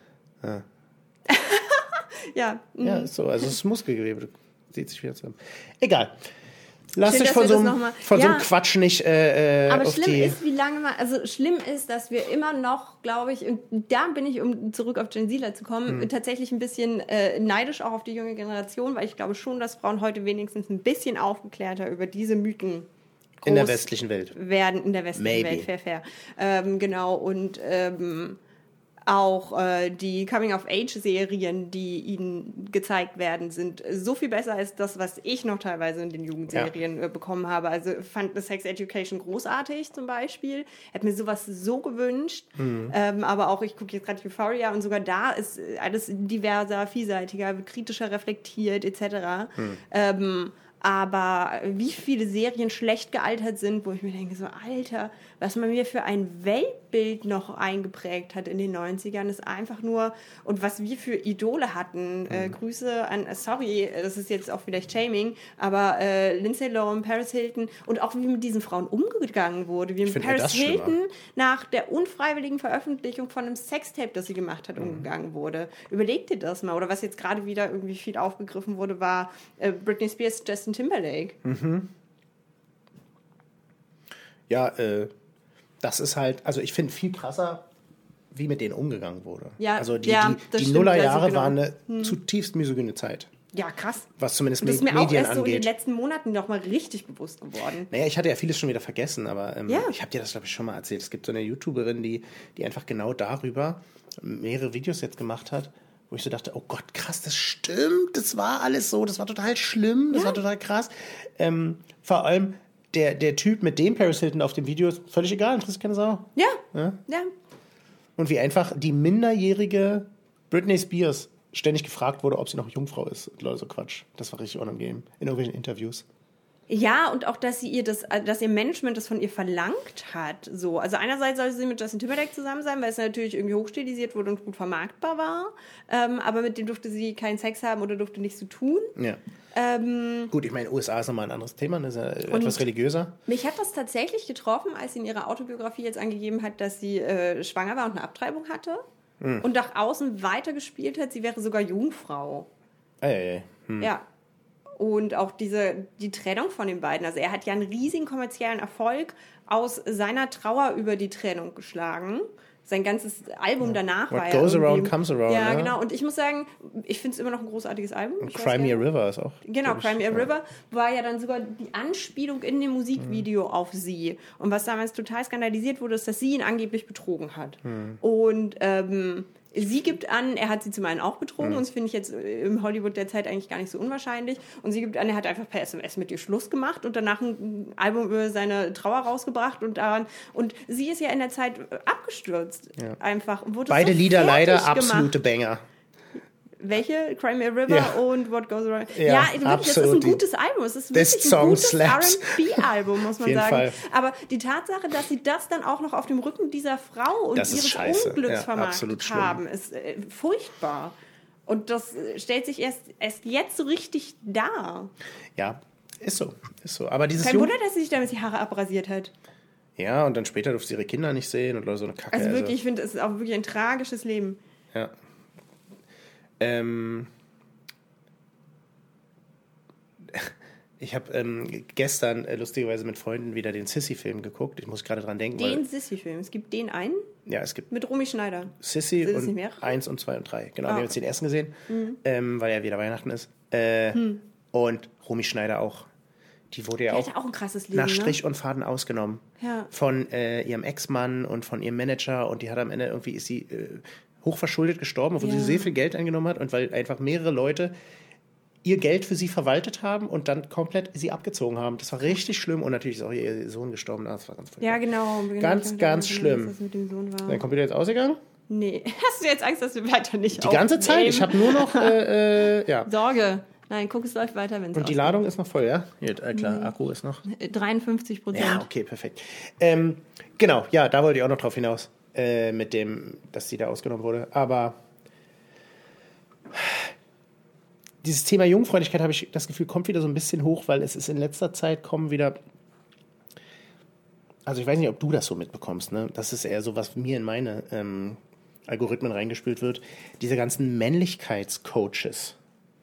Ja. Ja, ist so. Also es ist Muskelgewebe. Das zieht sich wieder zusammen. Egal. Lass Schön, dich dass von wir so das einem noch mal- so Ja. einem Quatsch nicht Aber auf schlimm die... ist, wie lange man, also schlimm ist, dass wir immer noch, glaube ich, und da bin ich, um zurück auf Gen Zler zu kommen, tatsächlich ein bisschen neidisch auch auf die junge Generation, weil ich glaube schon, dass Frauen heute wenigstens ein bisschen aufgeklärter über diese Mythen in der westlichen Welt. werden, in der westlichen Maybe. Welt, fair. Genau, und auch die Coming-of-Age-Serien, die ihnen gezeigt werden, sind so viel besser als das, was ich noch teilweise in den Jugendserien bekommen habe. Also fand Sex Education großartig zum Beispiel. Hätte mir sowas so gewünscht. Aber auch, ich gucke jetzt gerade Euphoria und sogar da ist alles diverser, vielseitiger, kritischer reflektiert etc. Aber wie viele Serien schlecht gealtert sind, wo ich mir denke, so Alter, was man mir für ein Weltbild noch eingeprägt hat in den 90ern, ist einfach nur, und was wir für Idole hatten, Grüße an, sorry, das ist jetzt auch vielleicht Shaming, aber Lindsay Lohan, Paris Hilton und auch wie mit diesen Frauen umgegangen wurde, wie mit finde eher Paris das schlimmer. Hilton nach der unfreiwilligen Veröffentlichung von einem Sextape, das sie gemacht hat, umgegangen wurde. Überleg dir das mal. Oder was jetzt gerade wieder irgendwie viel aufgegriffen wurde, war Britney Spears, Justin Timberlake. Ja, das ist halt, also ich finde viel krasser, wie mit denen umgegangen wurde. Ja, also die stimmt, Nullerjahre also genau. waren eine zutiefst misogyne Zeit. Ja, krass. Was zumindest Und das ist mir Medien auch erst angeht. so in den letzten Monaten nochmal richtig bewusst geworden. Naja, ich hatte ja vieles schon wieder vergessen, aber Ja. ich habe dir das, glaube ich, schon mal erzählt. Es gibt so eine YouTuberin, die einfach genau darüber mehrere Videos jetzt gemacht hat, wo ich so dachte, oh Gott, krass, das stimmt, das war alles so, das war total schlimm, das war total krass. Vor allem der Typ mit dem Paris Hilton auf dem Video ist völlig egal, interessiert keine Sau. Ja. Und wie einfach die minderjährige Britney Spears ständig gefragt wurde, ob sie noch Jungfrau ist. Und Leute, so Quatsch. Das war richtig unangenehm. In irgendwelchen Interviews. Ja, und auch, dass ihr Management das von ihr verlangt hat. So. Also einerseits sollte sie mit Justin Timberlake zusammen sein, weil es natürlich irgendwie hochstilisiert wurde und gut vermarktbar war. Aber mit dem durfte sie keinen Sex haben oder durfte nichts zu tun. Ja. Gut, ich meine, USA ist nochmal ein anderes Thema, das ist ja etwas religiöser. Mich hat das tatsächlich getroffen, als sie in ihrer Autobiografie jetzt angegeben hat, dass sie schwanger war und eine Abtreibung hatte. Und nach außen weitergespielt hat, sie wäre sogar Jungfrau. Ja. Und auch die Trennung von den beiden. Also er hat ja einen riesigen kommerziellen Erfolg aus seiner Trauer über die Trennung geschlagen. Sein ganzes Album danach What war ja goes around comes around. Ja, ne? genau. Und ich muss sagen, ich finde es immer noch ein großartiges Album. Und Cry Me a River ist auch. Genau, Cry Me a River war ja dann sogar die Anspielung in dem Musikvideo auf sie. Und was damals total skandalisiert wurde, ist, dass sie ihn angeblich betrogen hat. Und sie gibt an, er hat sie zum einen auch betrogen, und das finde ich jetzt im Hollywood der Zeit eigentlich gar nicht so unwahrscheinlich. Und sie gibt an, er hat einfach per SMS mit ihr Schluss gemacht und danach ein Album über seine Trauer rausgebracht und sie ist ja in der Zeit abgestürzt. Ja. Einfach. Und wurde beide so Lieder leider gemacht. absolute Banger. Welche? Cry Me a River und What Goes Around. Ja, wirklich, das ist ein gutes Album. Es ist wirklich ein gutes R&B-Album, muss man sagen. Fall. Aber die Tatsache, dass sie das dann auch noch auf dem Rücken dieser Frau und ihres Unglücks vermarktet haben, ist furchtbar. Und das stellt sich erst jetzt so richtig dar. Ja, ist so. Aber dieses Kein Wunder, dass sie sich damals die Haare abrasiert hat. Ja, und dann später durfte sie ihre Kinder nicht sehen und so eine Kacke. Also wirklich, ich finde, es ist auch wirklich ein tragisches Leben. Ja. Ich habe gestern lustigerweise mit Freunden wieder den Sissy-Film geguckt. Ich muss gerade dran denken. Den Sissy-Film? Es gibt den einen? Ja, es gibt. Mit Romy Schneider. Sissy und 1 und 2 und 3. Genau, wir haben jetzt den ersten gesehen, weil ja wieder Weihnachten ist. Und Romy Schneider auch. Die wurde ja auch ein krasses Leben, nach Strich und Faden ausgenommen. Ja. Von ihrem Ex-Mann und von ihrem Manager. Und die hat am Ende irgendwie, ist sie hochverschuldet gestorben, obwohl sie sehr viel Geld eingenommen hat und weil einfach mehrere Leute ihr Geld für sie verwaltet haben und dann komplett sie abgezogen haben. Das war richtig schlimm und natürlich ist auch ihr Sohn gestorben. Das war ganz furchtbar. Ja, genau. Ganz schlimm. Was mit dem Sohn war. Dein Computer jetzt ausgegangen? Nee. Hast du jetzt Angst, dass wir weiter nicht Die ganze Zeit? Ich habe nur noch, Sorge. Nein, guck, es läuft weiter, wenn es Und die Ladung ist noch voll, ja? Ja, klar, Akku ist noch. 53%. Ja, okay, perfekt. Genau, ja, da wollte ich auch noch drauf hinaus. Mit dem, dass sie da ausgenommen wurde. Aber dieses Thema Jungfräulichkeit, habe ich das Gefühl, kommt wieder so ein bisschen hoch, weil es ist in letzter Zeit kommen wieder, also ich weiß nicht, ob du das so mitbekommst, ne? Das ist eher so, was mir in meine Algorithmen reingespült wird. Diese ganzen Männlichkeitscoaches.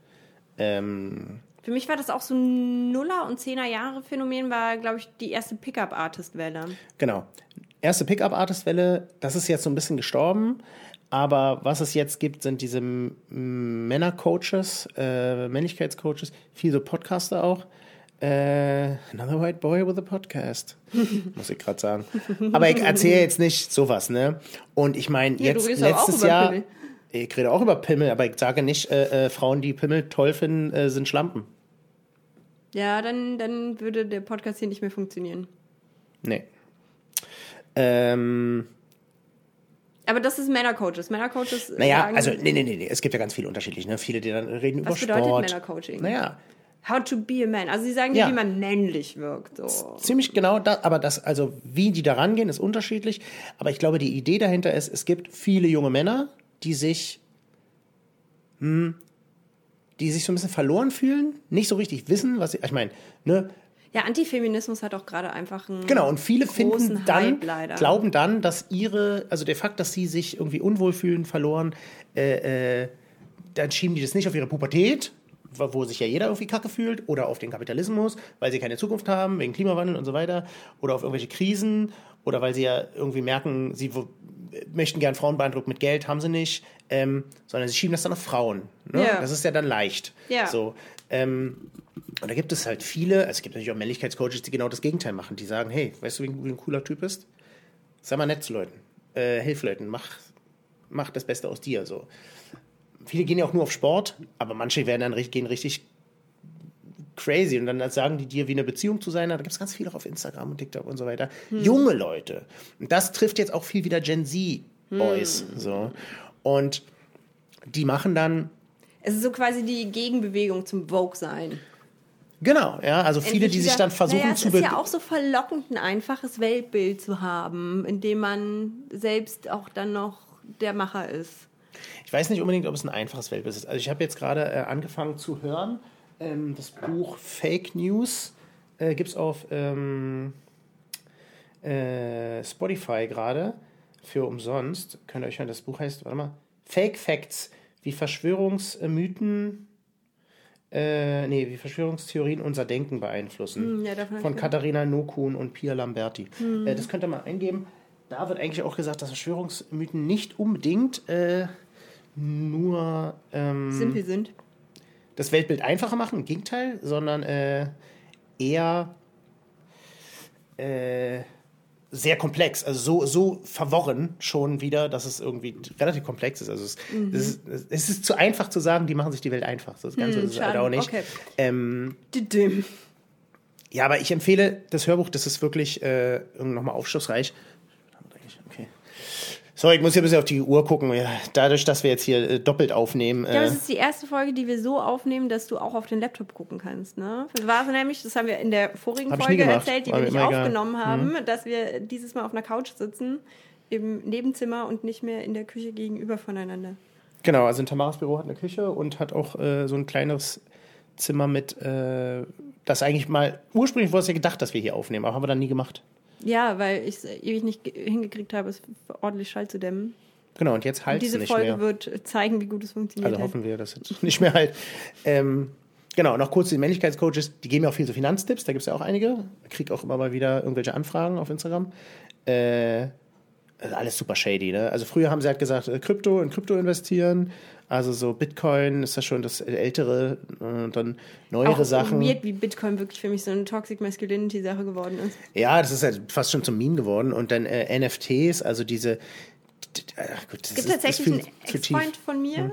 Für mich war das auch so ein 0er- und 10er-Jahre-Phänomen, war, glaube ich, die erste Pickup-Artist-Welle. Genau. Erste Pickup-Artist-Welle, das ist jetzt so ein bisschen gestorben, aber was es jetzt gibt, sind diese Männer-Coaches, Männlichkeitscoaches, viele so Podcaster auch. Another white boy with a podcast, muss ich gerade sagen. Aber ich erzähle jetzt nicht sowas, ne? Und ich meine, jetzt letztes Jahr, Pimmel. Ich rede auch über Pimmel, aber ich sage nicht, Frauen, die Pimmel toll finden, sind Schlampen. Ja, dann würde der Podcast hier nicht mehr funktionieren. Nee. Aber das ist Männercoaches. Männercoaches. Naja, also, nee. Es gibt ja ganz viele unterschiedliche, ne? Viele, die dann reden über Sport. Was bedeutet Männercoaching? Naja. How to be a man. Also, sie sagen dir, wie man männlich wirkt. So. Ziemlich genau das, aber also, wie die da rangehen, ist unterschiedlich. Aber ich glaube, die Idee dahinter ist, es gibt viele junge Männer, die sich so ein bisschen verloren fühlen, nicht so richtig wissen, was ich meine, ne? Ja, Antifeminismus hat auch gerade einfach einen Genau, und viele finden dann, leider. glauben dann, dass also der Fakt, dass sie sich irgendwie unwohl fühlen, verloren, dann schieben die das nicht auf ihre Pubertät, wo sich ja jeder irgendwie kacke fühlt, oder auf den Kapitalismus, weil sie keine Zukunft haben, wegen Klimawandel und so weiter, oder auf irgendwelche Krisen, oder weil sie ja irgendwie merken, sie möchten gern Frauen beeindrucken mit Geld, haben sie nicht, sondern sie schieben das dann auf Frauen. Ne? Ja. Das ist ja dann leicht. Ja. So, und da gibt es halt viele, also es gibt natürlich auch Männlichkeitscoaches, die genau das Gegenteil machen, die sagen, hey, weißt du, wie du ein cooler Typ bist? Sei mal nett zu Leuten, hilf Leuten, mach das Beste aus dir. So. Viele gehen ja auch nur auf Sport, aber manche gehen richtig crazy und dann sagen die dir, wie eine Beziehung zu sein hat. Da gibt es ganz viel auch auf Instagram und TikTok und so weiter. Junge Leute. Und das trifft jetzt auch viel wieder Gen Z-Boys. So. Und die machen dann... Es ist so quasi die Gegenbewegung zum Vogue-Sein. Genau, ja, also viele, die sich dann versuchen zu... Es ist ja auch so verlockend, ein einfaches Weltbild zu haben, in dem man selbst auch dann noch der Macher ist. Ich weiß nicht unbedingt, ob es ein einfaches Weltbild ist. Also ich habe jetzt gerade angefangen zu hören, das Buch Fake News gibt es auf Spotify gerade für umsonst. Könnt ihr euch hören, das Buch heißt, warte mal, Fake Facts, wie Verschwörungsmythen, wie Verschwörungstheorien unser Denken beeinflussen. Von Katharina Nokun und Pia Lamberti. Das könnt ihr mal eingeben. Da wird eigentlich auch gesagt, dass Verschwörungsmythen nicht unbedingt nur simpel sind. Das Weltbild einfacher machen, im Gegenteil, sondern eher sehr komplex, also so verworren schon wieder, dass es irgendwie relativ komplex ist. Also es ist zu einfach zu sagen, die machen sich die Welt einfach. Das Ganze ist es halt auch nicht. Okay. Ja, aber ich empfehle das Hörbuch, das ist wirklich nochmal aufschlussreich. So, ich muss hier ein bisschen auf die Uhr gucken. Ja, dadurch, dass wir jetzt hier doppelt aufnehmen. Ja, das ist die erste Folge, die wir so aufnehmen, dass du auch auf den Laptop gucken kannst. Ne? Das war nämlich, das haben wir in der vorigen Folge erzählt, die wir nicht aufgenommen haben, dass wir dieses Mal auf einer Couch sitzen, im Nebenzimmer und nicht mehr in der Küche gegenüber voneinander. Genau, also in Tamaras Büro hat eine Küche und hat auch so ein kleineres Zimmer mit, das eigentlich mal, ursprünglich wurde es ja gedacht, dass wir hier aufnehmen, aber haben wir dann nie gemacht. Ja, weil ich es ewig nicht hingekriegt habe, es ordentlich Schall zu dämmen. Genau, und jetzt halt es nicht mehr. Diese Folge wird zeigen, wie gut es funktioniert. Also hoffen wir, dass es nicht mehr halt. Genau, noch kurz die Männlichkeitscoaches, die geben ja auch viel so Finanztipps, da gibt es ja auch einige. Ich kriege auch immer mal wieder irgendwelche Anfragen auf Instagram. Alles super shady, ne? Also früher haben sie halt gesagt, in Krypto investieren. Also so Bitcoin ist das schon das ältere und dann neuere auch Sachen. Weird, wie Bitcoin wirklich für mich so eine Toxic Masculinity-Sache geworden ist. Ja, das ist halt fast schon zum Meme geworden. Und dann NFTs, also diese... Es gibt tatsächlich einen Ex-Freund von mir,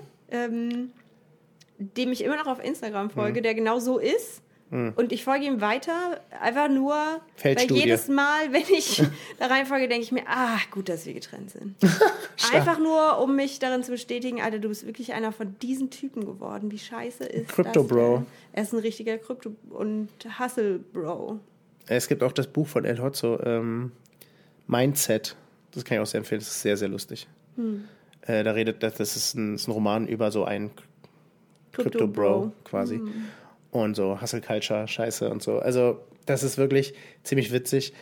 dem ich immer noch auf Instagram folge, der genau so ist. Und ich folge ihm weiter, einfach nur, weil jedes Mal, wenn ich da reinfolge, denke ich mir, gut, dass wir getrennt sind. Einfach nur, um mich darin zu bestätigen, Alter, du bist wirklich einer von diesen Typen geworden. Wie scheiße ist Crypto das Bro. Er ist ein richtiger Crypto- und Hustle-Bro. Es gibt auch das Buch von El Hotzo, Mindset. Das kann ich auch sehr empfehlen, das ist sehr, sehr lustig. Da redet, das ist ein Roman über so einen Crypto-Bro quasi. Und so Hustle Culture, Scheiße und so. Also das ist wirklich ziemlich witzig.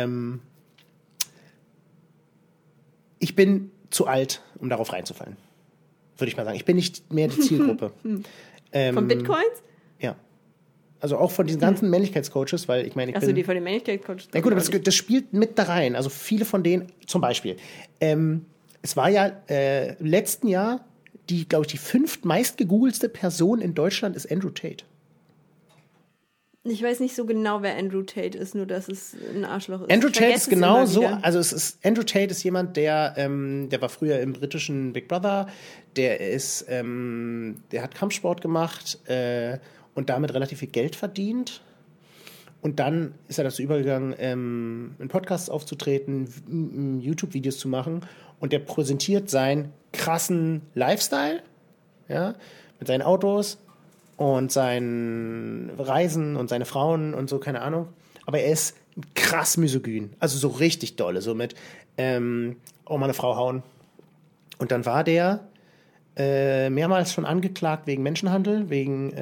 Ich bin zu alt, um darauf reinzufallen. Würde ich mal sagen. Ich bin nicht mehr die Zielgruppe. Von Bitcoins? Ja. Also auch von diesen ganzen Männlichkeitscoaches, weil ich meine, die von den Männlichkeitscoaches? Ja gut, aber das spielt mit da rein. Also viele von denen, zum Beispiel, es war ja letzten Jahr die 5. meist gegoogelste Person in Deutschland ist Andrew Tate. Ich weiß nicht so genau, wer Andrew Tate ist, nur dass es ein Arschloch ist. Andrew Tate ist genau so, also Andrew Tate ist jemand, der war früher im britischen Big Brother, der hat Kampfsport gemacht und damit relativ viel Geld verdient. Und dann ist er dazu übergegangen, in Podcasts aufzutreten, YouTube-Videos zu machen. Und der präsentiert seinen krassen Lifestyle, ja, mit seinen Autos und seinen Reisen und seine Frauen und so, keine Ahnung. Aber er ist krass misogyn, also so richtig dolle, so mit auch mal eine Frau hauen. Und dann war der mehrmals schon angeklagt wegen Menschenhandel, wegen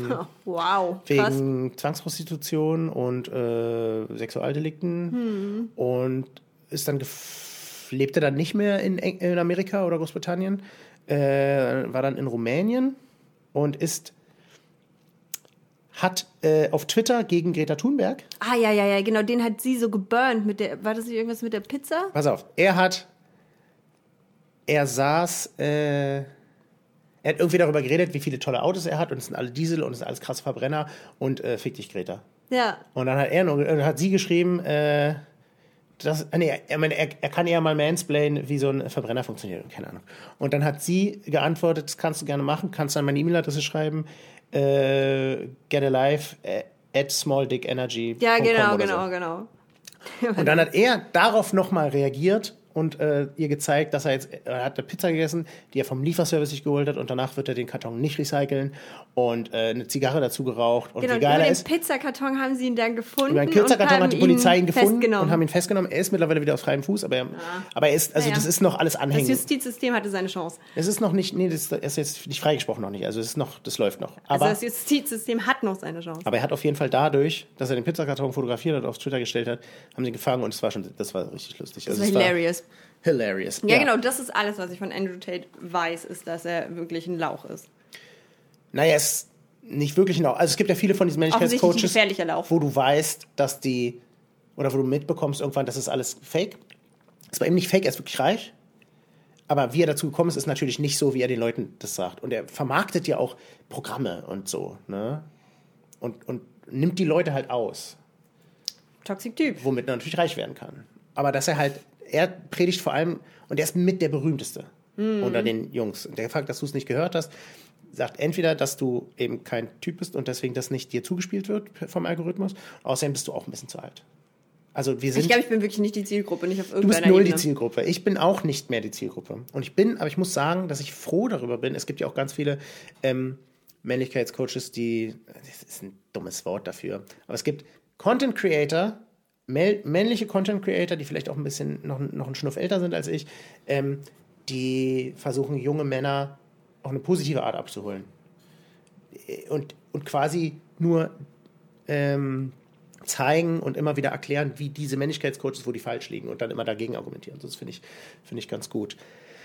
Zwangsprostitution und Sexualdelikten und ist dann lebte dann nicht mehr in Amerika oder Großbritannien, war dann in Rumänien und ist hat auf Twitter gegen Greta Thunberg. Ah, ja, genau. Den hat sie so geburnt mit der. War das nicht irgendwas mit der Pizza? Pass auf, er hat irgendwie darüber geredet, wie viele tolle Autos er hat und es sind alle Diesel und es sind alles krasse Verbrenner und fick dich, Greta. Ja. Und dann hat sie geschrieben, er kann eher mal mansplainen, wie so ein Verbrenner funktioniert. Keine Ahnung. Und dann hat sie geantwortet, das kannst du gerne machen, kannst dann meine E-Mail-Adresse schreiben, getalive at smalldickenergy.com. Ja, genau. Und dann hat er darauf nochmal reagiert und ihr gezeigt, dass er hat eine Pizza gegessen, die er vom Lieferservice sich geholt hat und danach wird er den Karton nicht recyceln und eine Zigarre dazu geraucht. Und genau, wie geil über er den ist. Pizzakarton haben sie ihn dann gefunden. Über den Pizzakarton hat die Polizei ihn gefunden und haben ihn festgenommen. Er ist mittlerweile wieder auf freiem Fuß, aber er ist, also das ist noch alles anhängig. Das Justizsystem hatte seine Chance. Es ist noch nicht, das ist jetzt nicht freigesprochen noch nicht, also das läuft noch. Aber das Justizsystem hat noch seine Chance. Aber er hat auf jeden Fall dadurch, dass er den Pizzakarton fotografiert hat, auf Twitter gestellt hat, haben sie ihn gefangen und das war richtig lustig. Das war hilarious. Hilarious. Ja, genau, das ist alles, was ich von Andrew Tate weiß, ist, dass er wirklich ein Lauch ist. Naja, es ist nicht wirklich ein Lauch. Also es gibt ja viele von diesen Männlichkeitscoaches, gefährlicher Lauch. wo du weißt, wo du mitbekommst irgendwann, das ist alles Fake. Es war eben nicht Fake, er ist wirklich reich. Aber wie er dazu gekommen ist natürlich nicht so, wie er den Leuten das sagt. Und er vermarktet ja auch Programme und so, ne? Und nimmt die Leute halt aus. Toxic-Typ. Womit er natürlich reich werden kann. Aber dass er predigt vor allem, und er ist mit der berühmteste unter den Jungs. Und der Fakt, dass du es nicht gehört hast, sagt entweder, dass du eben kein Typ bist und deswegen das nicht dir zugespielt wird vom Algorithmus. Außerdem bist du auch ein bisschen zu alt. Also ich glaube, ich bin wirklich nicht die Zielgruppe, nicht auf irgendeiner Ebene. Du bist null Ebene. Die Zielgruppe. Ich bin auch nicht mehr die Zielgruppe. Aber ich muss sagen, dass ich froh darüber bin. Es gibt ja auch ganz viele Männlichkeitscoaches, das ist ein dummes Wort dafür, aber es gibt Content Creator, männliche Content Creator, die vielleicht auch ein bisschen noch einen Schnuff älter sind als ich, die versuchen, junge Männer auf eine positive Art abzuholen. Und quasi nur zeigen und immer wieder erklären, wie diese Männlichkeitscoaches, wo die falsch liegen und dann immer dagegen argumentieren. Das finde ich ganz gut.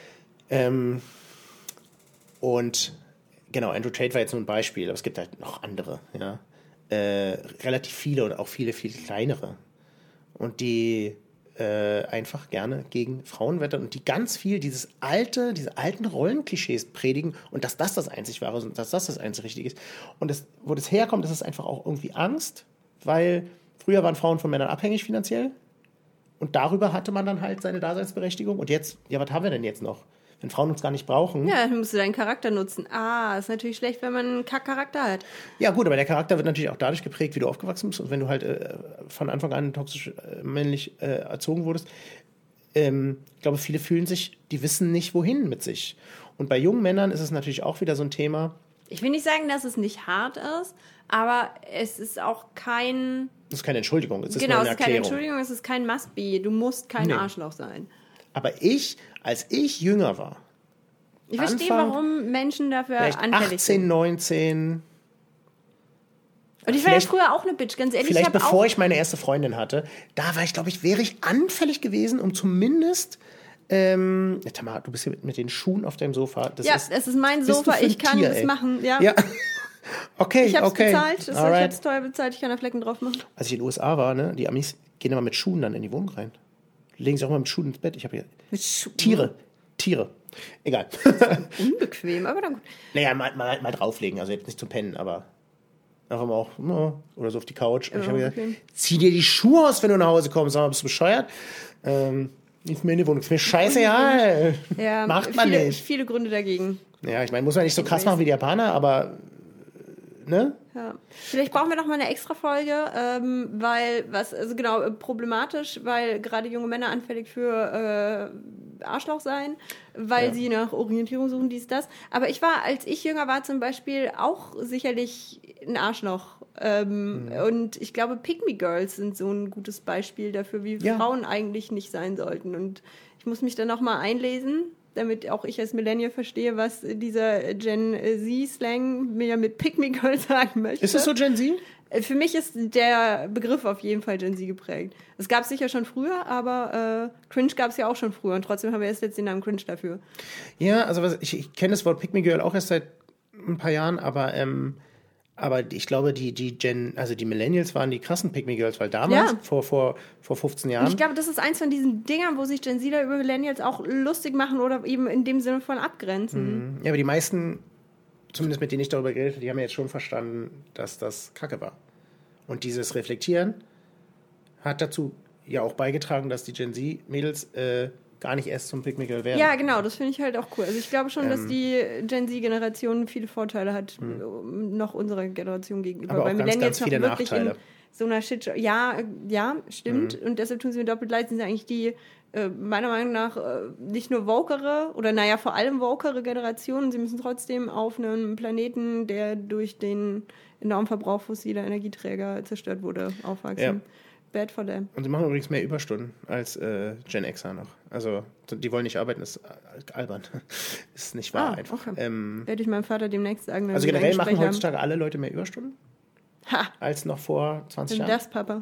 Und genau, Andrew Tate war jetzt nur ein Beispiel, aber es gibt halt noch andere, ja. Relativ viele und auch viele, viel kleinere. Und die einfach gerne gegen Frauen wettern und die ganz viel diese alten Rollenklischees predigen und dass das einzig Wahre ist und dass das einzig Richtige ist. Und wo das herkommt, das ist einfach auch irgendwie Angst, weil früher waren Frauen von Männern abhängig finanziell und darüber hatte man dann halt seine Daseinsberechtigung. Und jetzt, ja, was haben wir denn jetzt noch? Wenn Frauen uns gar nicht brauchen. Ja, dann musst du deinen Charakter nutzen. Ist natürlich schlecht, wenn man einen Kack-Charakter hat. Ja gut, aber der Charakter wird natürlich auch dadurch geprägt, wie du aufgewachsen bist. Und wenn du halt von Anfang an toxisch männlich erzogen wurdest, ich glaube, viele die wissen nicht, wohin mit sich. Und bei jungen Männern ist es natürlich auch wieder so ein Thema. Ich will nicht sagen, dass es nicht hart ist, aber es ist auch kein... Das ist keine Entschuldigung, es ist nur eine Erklärung. Genau, es ist keine Entschuldigung, es ist kein Must-Be. Du musst kein Arschloch sein. Aber als ich jünger war, ich verstehe, warum Menschen dafür anfällig 18, 19... Und ich war ja früher auch eine Bitch, ganz ehrlich. Vielleicht bevor ich meine erste Freundin hatte, da war ich, glaube ich, wäre ich anfällig gewesen, um zumindest... Tamara, du bist hier mit den Schuhen auf deinem Sofa. Es ist mein Sofa, ich kann das machen. Ja. Okay, ich hab's bezahlt, ich hab's teuer bezahlt, ich kann da Flecken drauf machen. Als ich in den USA war, ne, die Amis gehen immer mit Schuhen dann in die Wohnung rein. Legen sich auch mal mit Schuhen ins Bett. Ich habe hier Tiere. Egal. Unbequem, aber dann gut. Naja, mal drauflegen, also jetzt nicht zum Pennen, aber einfach mal auch, oder so auf die Couch. Und ich habe gesagt, zieh dir die Schuhe aus, wenn du nach Hause kommst. Sag mal, bist du bescheuert? Nicht mehr in die Wohnung. Ist mir scheißegal. Ja, macht man nicht. Viele Gründe dagegen. Ja, ich meine, muss man nicht so krass machen wie die Japaner, aber ne? Ja. Vielleicht brauchen wir noch mal eine extra Folge, problematisch, weil gerade junge Männer anfällig für Arschloch sein, weil sie nach Orientierung suchen, dies, das. Aber als ich jünger war zum Beispiel, auch sicherlich ein Arschloch. Und ich glaube, Pick-Me-Girls sind so ein gutes Beispiel dafür, wie Frauen eigentlich nicht sein sollten. Und ich muss mich dann noch mal einlesen, damit auch ich als Millennial verstehe, was dieser Gen Z-Slang mir mit Pick-Me-Girl sagen möchte. Ist es so Gen Z? Für mich ist der Begriff auf jeden Fall Gen Z geprägt. Es gab es sicher schon früher, aber Cringe gab es ja auch schon früher und trotzdem haben wir erst jetzt den Namen Cringe dafür. Ja, also ich kenne das Wort Pick-Me-Girl auch erst seit ein paar Jahren, aber Aber ich glaube, die Millennials waren die krassen Pick-Me-Girls, weil damals, vor 15 Jahren... Und ich glaube, das ist eins von diesen Dingern, wo sich Gen Zler über Millennials auch lustig machen oder eben in dem Sinne von abgrenzen. Ja, aber die meisten, zumindest mit denen ich darüber geredet habe, die haben ja jetzt schon verstanden, dass das Kacke war. Und dieses Reflektieren hat dazu ja auch beigetragen, dass die Gen Z-Mädels gar nicht erst zum Pick-Me-Girl werden. Ja, genau, das finde ich halt auch cool. Also ich glaube schon, dass die Gen Z-Generation viele Vorteile hat, noch unserer Generation gegenüber. Aber auch weil ganz, Millennials ganz viele noch wirklich Nachteile. in so einer Shit... Ja, stimmt. Und deshalb tun sie mir doppelt leid, sind eigentlich die meiner Meinung nach nicht nur wokere oder vor allem wokere Generationen. Sie müssen trotzdem auf einem Planeten, der durch den enormen Verbrauch fossiler Energieträger zerstört wurde, aufwachsen. Ja. Bad for them. Und sie machen übrigens mehr Überstunden als Gen Xer noch. Also, die wollen nicht arbeiten, das ist albern. Ist nicht wahr einfach. Okay. Werde ich meinem Vater demnächst sagen. Also generell machen heutzutage alle Leute mehr Überstunden als noch vor 20 Jahren. Das, Papa.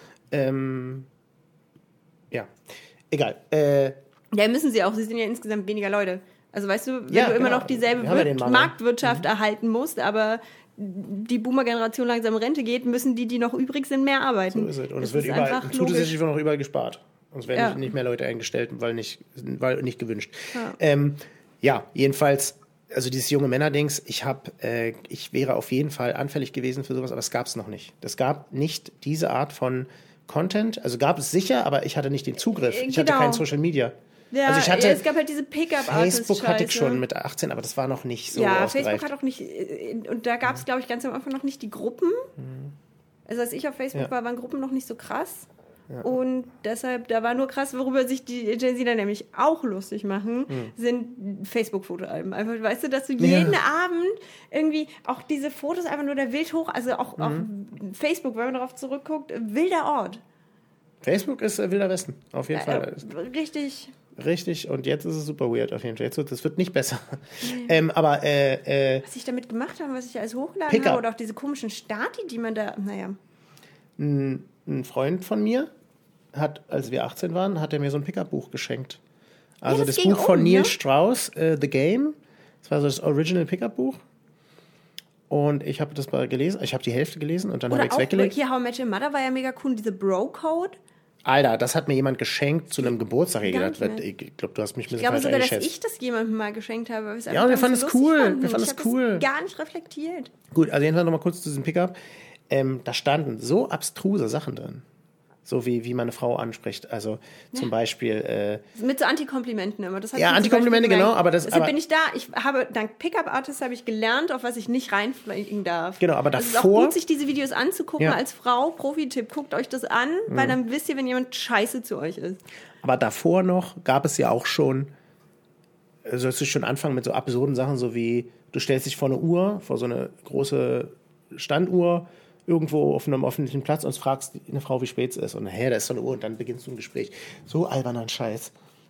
Ja, egal. Ja, müssen sie auch. Sie sind ja insgesamt weniger Leute. Also weißt du, wenn du immer noch dieselbe Marktwirtschaft erhalten musst, aber die Boomer-Generation langsam in Rente geht, müssen die noch übrig sind, mehr arbeiten. So ist es. Und es wird zusätzlich noch überall gespart. Und es werden nicht mehr Leute eingestellt, weil nicht gewünscht. Ja, jedenfalls, also dieses junge Männer-Dings, ich wäre auf jeden Fall anfällig gewesen für sowas, aber es gab es noch nicht. Es gab nicht diese Art von Content, also gab es sicher, aber ich hatte nicht den Zugriff. Ich hatte kein Social Media. Ja, also es gab halt diese Pickup-Artists. Facebook hatte ich schon mit 18, aber das war noch nicht so ausgereift. Facebook hat auch nicht, und da gab es, glaube ich, ganz am Anfang noch nicht die Gruppen. Also als ich auf Facebook war, waren Gruppen noch nicht so krass. Ja. Und deshalb, da war nur krass, worüber sich die Gen Z dann nämlich auch lustig machen, sind Facebook-Fotoalben. Einfach, weißt du, dass du jeden Abend irgendwie auch diese Fotos einfach nur der Wild hoch, also auch Facebook, wenn man darauf zurückguckt, wilder Ort. Facebook ist wilder Westen, auf jeden Fall. Richtig, und jetzt ist es super weird auf jeden Fall. Das wird nicht besser. Was ich damit gemacht habe, was ich alles hochgeladen habe, oder auch diese komischen Stati, die man da, Ein Freund von mir hat, als wir 18 waren, hat er mir so ein Pickup-Buch geschenkt. Also das Buch von Neil Strauss, The Game. Das war so das Original Pickup-Buch. Und ich habe das mal gelesen. Ich habe die Hälfte gelesen und dann habe ich es weggelegt. Hier, How I Met Your Mother war ja mega cool. Diese Bro-Code. Alter, das hat mir jemand geschenkt zu einem Geburtstag. Ich glaube, du hast mich ein bisschen falsch eingeschätzt. Ich glaube sogar, dass ich das jemandem mal geschenkt habe. Ja, und wir fanden es cool. Wir fanden es cool. Gar nicht reflektiert. Gut, also jedenfalls nochmal kurz zu diesem Pickup. Da standen so abstruse Sachen drin. So wie man eine Frau anspricht. Also zum Beispiel... mit so Antikomplimenten immer. Das Antikomplimente, genau. Aber deshalb bin ich da. Dank Pickup-Artists habe ich gelernt, auf was ich nicht reinfliegen darf. Genau, aber davor... Es ist auch gut, sich diese Videos anzugucken als Frau. Profi-Tipp, guckt euch das an, weil dann wisst ihr, wenn jemand scheiße zu euch ist. Aber davor noch gab es ja auch schon... Sollst du schon anfangen mit so absurden Sachen, so wie du stellst dich vor eine Uhr, vor so eine große Standuhr, irgendwo auf einem öffentlichen Platz und fragst eine Frau, wie spät es ist. Und da ist so eine Uhr und dann beginnst du ein Gespräch. So alberner Scheiß.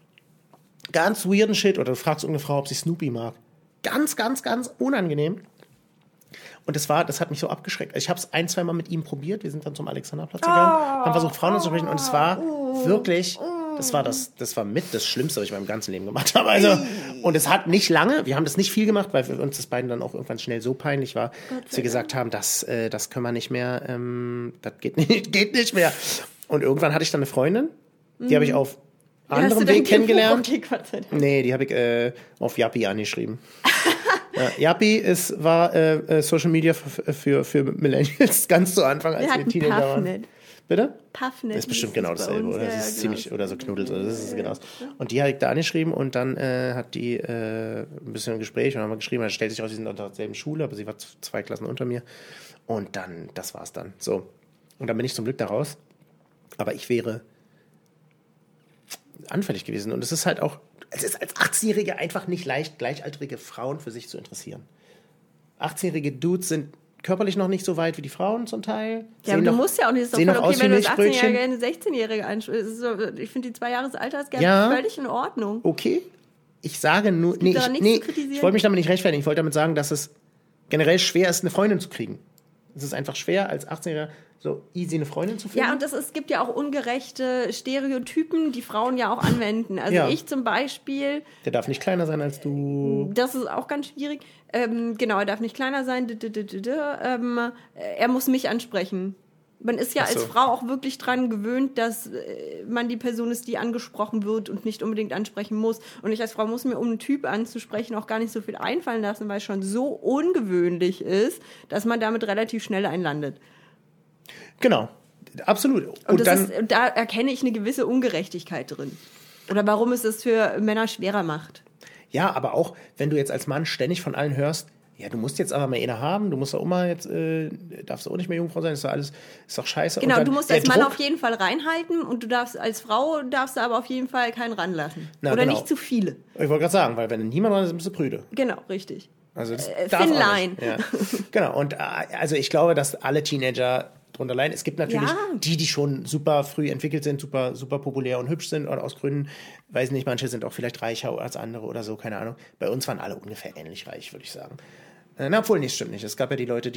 Ganz weirden Shit. Oder du fragst irgendeine Frau, ob sie Snoopy mag. Ganz, ganz, ganz unangenehm. Und das hat mich so abgeschreckt. Ich habe es 1-2 Mal mit ihm probiert. Wir sind dann zum Alexanderplatz gegangen, haben versucht, Frauen anzusprechen. Und es war wirklich... Das war mit das Schlimmste, was ich in meinem ganzen Leben gemacht habe. Also, und es hat nicht lange, wir haben das nicht viel gemacht, weil für uns das beiden dann auch irgendwann schnell so peinlich war, dass wir gesagt haben, das können wir nicht mehr, das geht nicht mehr. Und irgendwann hatte ich dann eine Freundin, die habe ich auf anderem Weg kennengelernt. Nee, die habe ich auf Yappi angeschrieben. Yappi war Social Media für Millennials ganz zu Anfang, als wir Teenager waren. Bitte? Puffnet. Das ist bestimmt genau dasselbe, oder? Das ist ziemlich, oder so Knuddels, oder das ist genau. Und die habe ich da angeschrieben und dann hat die ein bisschen ein Gespräch und haben wir geschrieben, dann stellt sich raus, sie sind unter derselben Schule, aber sie war 2 Klassen unter mir. Und dann, das war's dann. So. Und dann bin ich zum Glück da raus. Aber ich wäre anfällig gewesen. Und es ist halt auch, es ist als 18-Jährige einfach nicht leicht, gleichaltrige Frauen für sich zu interessieren. 18-jährige Dudes sind körperlich noch nicht so weit wie die Frauen zum Teil. Ja, aber du musst ja auch nicht so voll okay, wenn du als 18-Jährige eine 16-Jährige ansprichst. Ich finde, die 2 Jahre Alter ist völlig in Ordnung. Okay. Ich sage nur, ich wollte mich damit nicht rechtfertigen. Ich wollte damit sagen, dass es generell schwer ist, eine Freundin zu kriegen. Es ist einfach schwer, als 18-Jähriger so easy eine Freundin zu finden. Ja, und es gibt ja auch ungerechte Stereotypen, die Frauen ja auch anwenden. Also ich zum Beispiel... Der darf nicht kleiner sein als du. Das ist auch ganz schwierig. Genau, er darf nicht kleiner sein. Er muss mich ansprechen. Man ist ja als Frau auch wirklich dran gewöhnt, dass man die Person ist, die angesprochen wird und nicht unbedingt ansprechen muss. Und ich als Frau muss mir, um einen Typ anzusprechen, auch gar nicht so viel einfallen lassen, weil es schon so ungewöhnlich ist, dass man damit relativ schnell einlandet. Genau, absolut. Und da erkenne ich eine gewisse Ungerechtigkeit drin. Oder warum es das für Männer schwerer macht. Ja, aber auch, wenn du jetzt als Mann ständig von allen hörst, ja, du musst jetzt aber mal eine haben, du musst auch mal jetzt, darfst auch nicht mehr Jungfrau sein, ist doch alles, ist doch scheiße. Genau, du musst als Mann auf jeden Fall reinhalten und du darfst als Frau, aber auf jeden Fall keinen ranlassen. Oder nicht zu viele. Ich wollte gerade sagen, weil wenn du niemand ran ist, bist du prüde. Genau, richtig. Also das darf auch nicht. Ja. Genau, und also ich glaube, dass alle Teenager drunter leiden. Es gibt natürlich die schon super früh entwickelt sind, super, super populär und hübsch sind, oder aus Gründen, weiß nicht, manche sind auch vielleicht reicher als andere oder so, keine Ahnung. Bei uns waren alle ungefähr ähnlich reich, würde ich sagen. Obwohl, nee, stimmt nicht. Es gab ja die Leute, die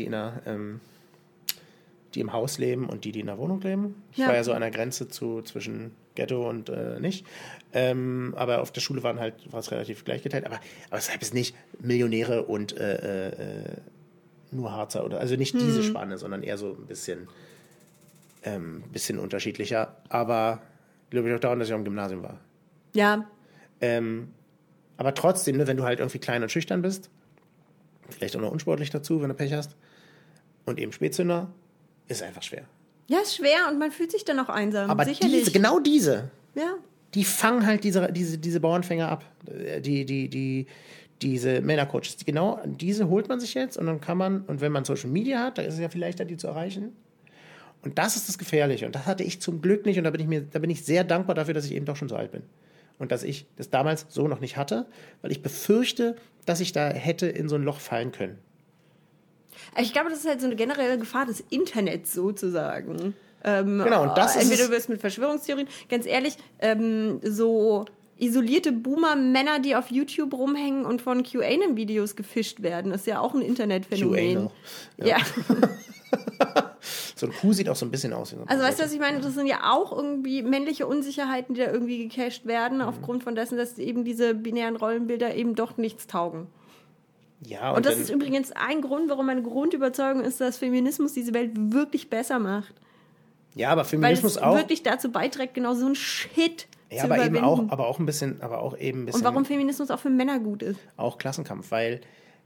im Haus leben und die in der Wohnung leben. Ich war ja so an der Grenze zwischen Ghetto und nicht. Aber auf der Schule war es relativ gleichgeteilt. Aber deshalb ist nicht Millionäre und nur Harzer oder also nicht diese Spanne, sondern eher so ein bisschen unterschiedlicher. Aber glaube ich auch daran, dass ich auch im Gymnasium war. Ja. Aber trotzdem, ne, wenn du halt irgendwie klein und schüchtern bist, vielleicht auch noch unsportlich dazu, wenn du Pech hast, und eben Spätzünder, ist einfach schwer. Ja, ist schwer und man fühlt sich dann auch einsam. Aber sicherlich. diese, ja. Die fangen halt diese Bauernfänger ab. Diese Männercoaches, genau diese holt man sich jetzt und dann kann man, und wenn man Social Media hat, da ist es ja viel leichter, die zu erreichen. Und das ist das Gefährliche. Und das hatte ich zum Glück nicht und da bin ich sehr dankbar dafür, dass ich eben doch schon so alt bin. Und dass ich das damals so noch nicht hatte, weil ich befürchte, dass ich da hätte in so ein Loch fallen können. Ich glaube, das ist halt so eine generelle Gefahr des Internets sozusagen. Genau, und das entweder du wirst mit Verschwörungstheorien, ganz ehrlich, so isolierte Boomer-Männer, die auf YouTube rumhängen und von QAnon-Videos gefischt werden, ist ja auch ein Internetphänomen. Ja. So ein Kuh sieht auch so ein bisschen aus. Also weißt du, was ich meine? Das sind ja auch irgendwie männliche Unsicherheiten, die da irgendwie gecached werden, aufgrund von dessen, dass eben diese binären Rollenbilder eben doch nichts taugen. Ja, und das ist übrigens ein Grund, warum meine Grundüberzeugung ist, dass Feminismus diese Welt wirklich besser macht. Ja, aber Feminismus auch. Weil es wirklich dazu beiträgt, genau so ein Shit ja, zu aber überwinden. aber auch ein bisschen. Und warum Feminismus auch für Männer gut ist. Auch Klassenkampf, weil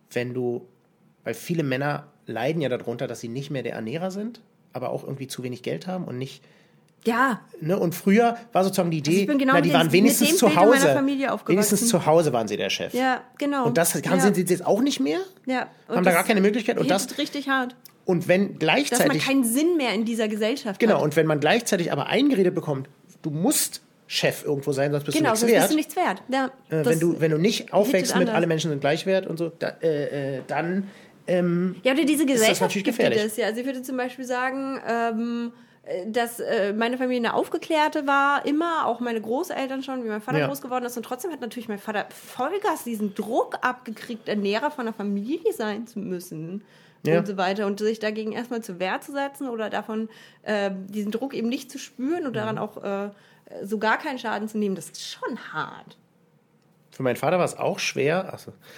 viele Männer leiden ja darunter, dass sie nicht mehr der Ernährer sind, aber auch irgendwie zu wenig Geld haben und nicht. Ja. Ne, und früher war sozusagen die Idee, die waren wenigstens zu Hause. Wenigstens zu Hause waren sie der Chef. Ja, genau. Und das sind sie jetzt auch nicht mehr? Ja. Und haben da gar keine Möglichkeit. Und das ist richtig hart. Und wenn gleichzeitig. Dass man keinen Sinn mehr in dieser Gesellschaft hat. Genau, und wenn man gleichzeitig aber eingeredet bekommt, du musst Chef irgendwo sein, sonst bist du nichts wert. Genau, sonst bist du nichts wert. Ja, wenn du nicht aufwächst mit alle Menschen sind gleich wert und so, dann ja, oder diese Gesellschaft ist das natürlich gefährlich. Das, ja. Also ich würde zum Beispiel sagen, dass meine Familie eine aufgeklärte war, immer, auch meine Großeltern schon, wie mein Vater groß geworden ist. Und trotzdem hat natürlich mein Vater Vollgas diesen Druck abgekriegt, Ernährer von einer Familie sein zu müssen. Und so weiter. Und sich dagegen erstmal zur Wehr zu setzen oder davon diesen Druck eben nicht zu spüren und daran auch so gar keinen Schaden zu nehmen, das ist schon hart. Für meinen Vater war es auch schwer,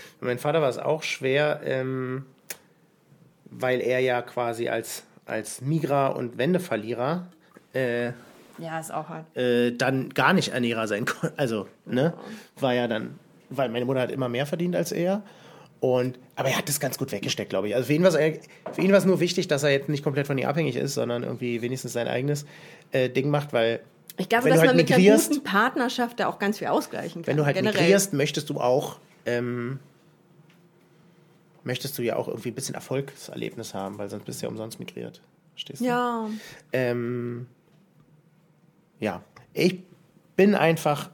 weil er ja quasi als Migra und Wendeverlierer ja, ist auch hart. Dann gar nicht Ernährer sein konnte. Also, ne? War ja dann, weil meine Mutter hat immer mehr verdient als er. Aber er hat das ganz gut weggesteckt, glaube ich. Also für ihn war es nur wichtig, dass er jetzt nicht komplett von ihr abhängig ist, sondern irgendwie wenigstens sein eigenes Ding macht, weil ich glaube, dass man mit einer guten Partnerschaft da auch ganz viel ausgleichen kann. Wenn du halt migrierst, möchtest du ja auch irgendwie ein bisschen Erfolgserlebnis haben, weil sonst bist du ja umsonst migriert. Verstehst du? Ja. Ja, ich bin einfach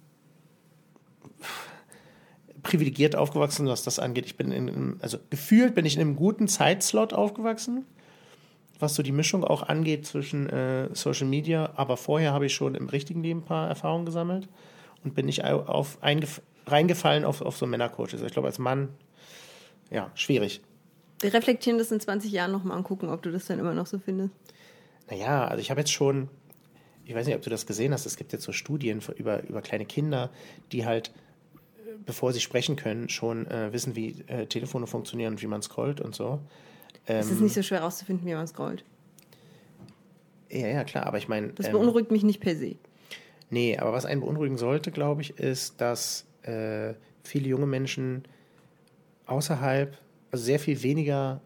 privilegiert aufgewachsen, was das angeht. Gefühlt bin ich in einem guten Zeitslot aufgewachsen, was so die Mischung auch angeht zwischen Social Media, aber vorher habe ich schon im richtigen Leben ein paar Erfahrungen gesammelt und bin nicht reingefallen auf so Männercoaches. Ich glaube, als Mann, ja, schwierig. Wir reflektieren das in 20 Jahren nochmal und gucken, ob du das dann immer noch so findest. Naja, also ich habe jetzt schon, ich weiß nicht, ob du das gesehen hast, es gibt jetzt so Studien über kleine Kinder, die halt, bevor sie sprechen können, schon wissen, wie Telefone funktionieren und wie man scrollt und so. Es ist nicht so schwer rauszufinden, wie man scrollt. Ja, klar, aber ich meine... Das beunruhigt mich nicht per se. Nee, aber was einen beunruhigen sollte, glaube ich, ist, dass viele junge Menschen außerhalb, also sehr viel weniger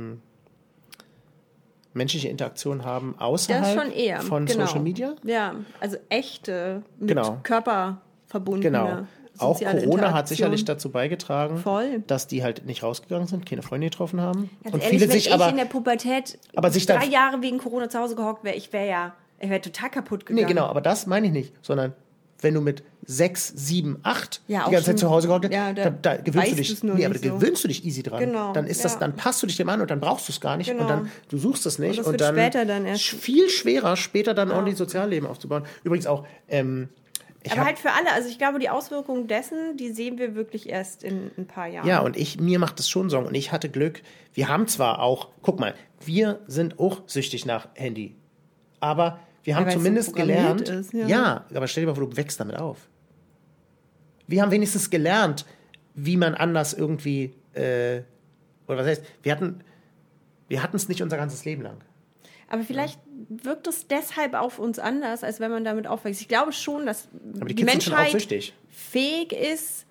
menschliche Interaktion haben außerhalb von Social Media. Ja, also echte, mit Körper verbundene. Genau. Auch Corona hat sicherlich dazu beigetragen, Voll. dass die halt nicht rausgegangen sind, keine Freunde getroffen haben. Ganz und ehrlich, viele wenn sich aber in der Pubertät sich 3 Jahre wegen Corona zu Hause gehockt wäre, ich wäre total kaputt gegangen. Nee, genau, aber das meine ich nicht, sondern wenn du mit 6, 7, 8 ja, die ganze Zeit zu Hause gehockt bist, da gewöhnst du dich. Nee, aber da gewöhnst du dich easy dran. Genau, dann ist das, dann passt du dich dem an und dann brauchst du es gar nicht und dann du suchst es nicht und, und dann später dann erst viel schwerer später dann ordentlich Sozialleben aufzubauen. Übrigens auch aber halt für alle, also ich glaube, die Auswirkungen dessen, die sehen wir wirklich erst in ein paar Jahren. Ja, und mir macht das schon Sorgen und ich hatte Glück, wir haben zwar auch, guck mal, wir sind auch süchtig nach Handy, aber wir haben zumindest gelernt, aber stell dir mal vor, du wächst damit auf. Wir haben wenigstens gelernt, wie man anders irgendwie, oder was heißt, wir hatten es nicht unser ganzes Leben lang. Aber vielleicht wirkt es deshalb auf uns anders, als wenn man damit aufwächst. Ich glaube schon, dass die Menschheit fähig ist,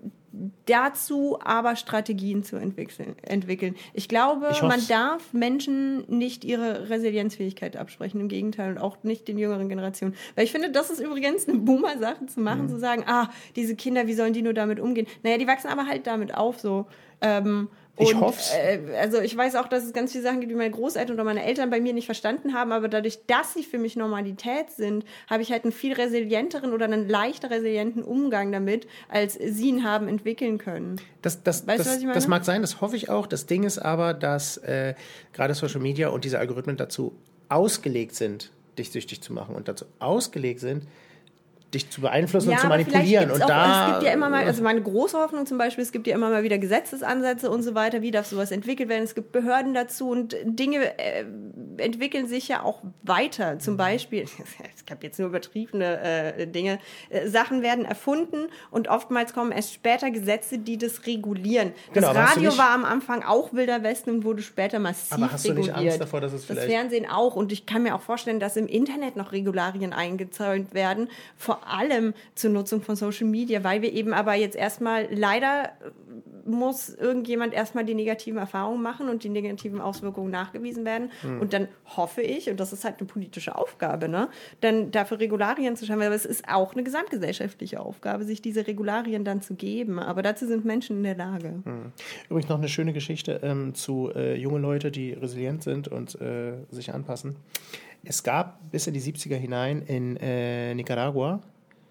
dazu aber Strategien zu entwickeln. Ich glaube, man darf Menschen nicht ihre Resilienzfähigkeit absprechen, im Gegenteil, und auch nicht den jüngeren Generationen. Weil ich finde, das ist übrigens eine Boomer-Sache zu machen, zu sagen, diese Kinder, wie sollen die nur damit umgehen? Naja, die wachsen aber halt damit auf, so. Ich hoffe also ich weiß auch, dass es ganz viele Sachen gibt, die meine Großeltern oder meine Eltern bei mir nicht verstanden haben, aber dadurch, dass sie für mich Normalität sind, habe ich halt einen viel resilienteren oder einen leichter resilienten Umgang damit, als sie ihn haben entwickeln können. Weißt du, was ich meine? Das mag sein, das hoffe ich auch. Das Ding ist aber, dass gerade Social Media und diese Algorithmen dazu ausgelegt sind, dich süchtig zu machen und dazu ausgelegt sind, dich zu beeinflussen und zu manipulieren. Und es gibt ja immer mal, also meine große Hoffnung zum Beispiel, es gibt ja immer mal wieder Gesetzesansätze und so weiter, wie darf sowas entwickelt werden, es gibt Behörden dazu und Dinge entwickeln sich ja auch weiter. Zum Beispiel, ich habe jetzt nur übertriebene Dinge, Sachen werden erfunden und oftmals kommen erst später Gesetze, die das regulieren. Das Radio war am Anfang auch Wilder Westen und wurde später massiv reguliert. Aber hast du nicht Angst davor, dass es das Fernsehen auch, und ich kann mir auch vorstellen, dass im Internet noch Regularien eingezäunt werden, vor allem zur Nutzung von Social Media, weil wir eben aber jetzt erstmal, leider muss irgendjemand erstmal die negativen Erfahrungen machen und die negativen Auswirkungen nachgewiesen werden. Und dann hoffe ich, und das ist halt eine politische Aufgabe, ne, dann dafür Regularien zu schaffen, aber es ist auch eine gesamtgesellschaftliche Aufgabe, sich diese Regularien dann zu geben. Aber dazu sind Menschen in der Lage. Übrigens noch eine schöne Geschichte zu junge Leute, die resilient sind und sich anpassen. Es gab bis in die 70er hinein in Nicaragua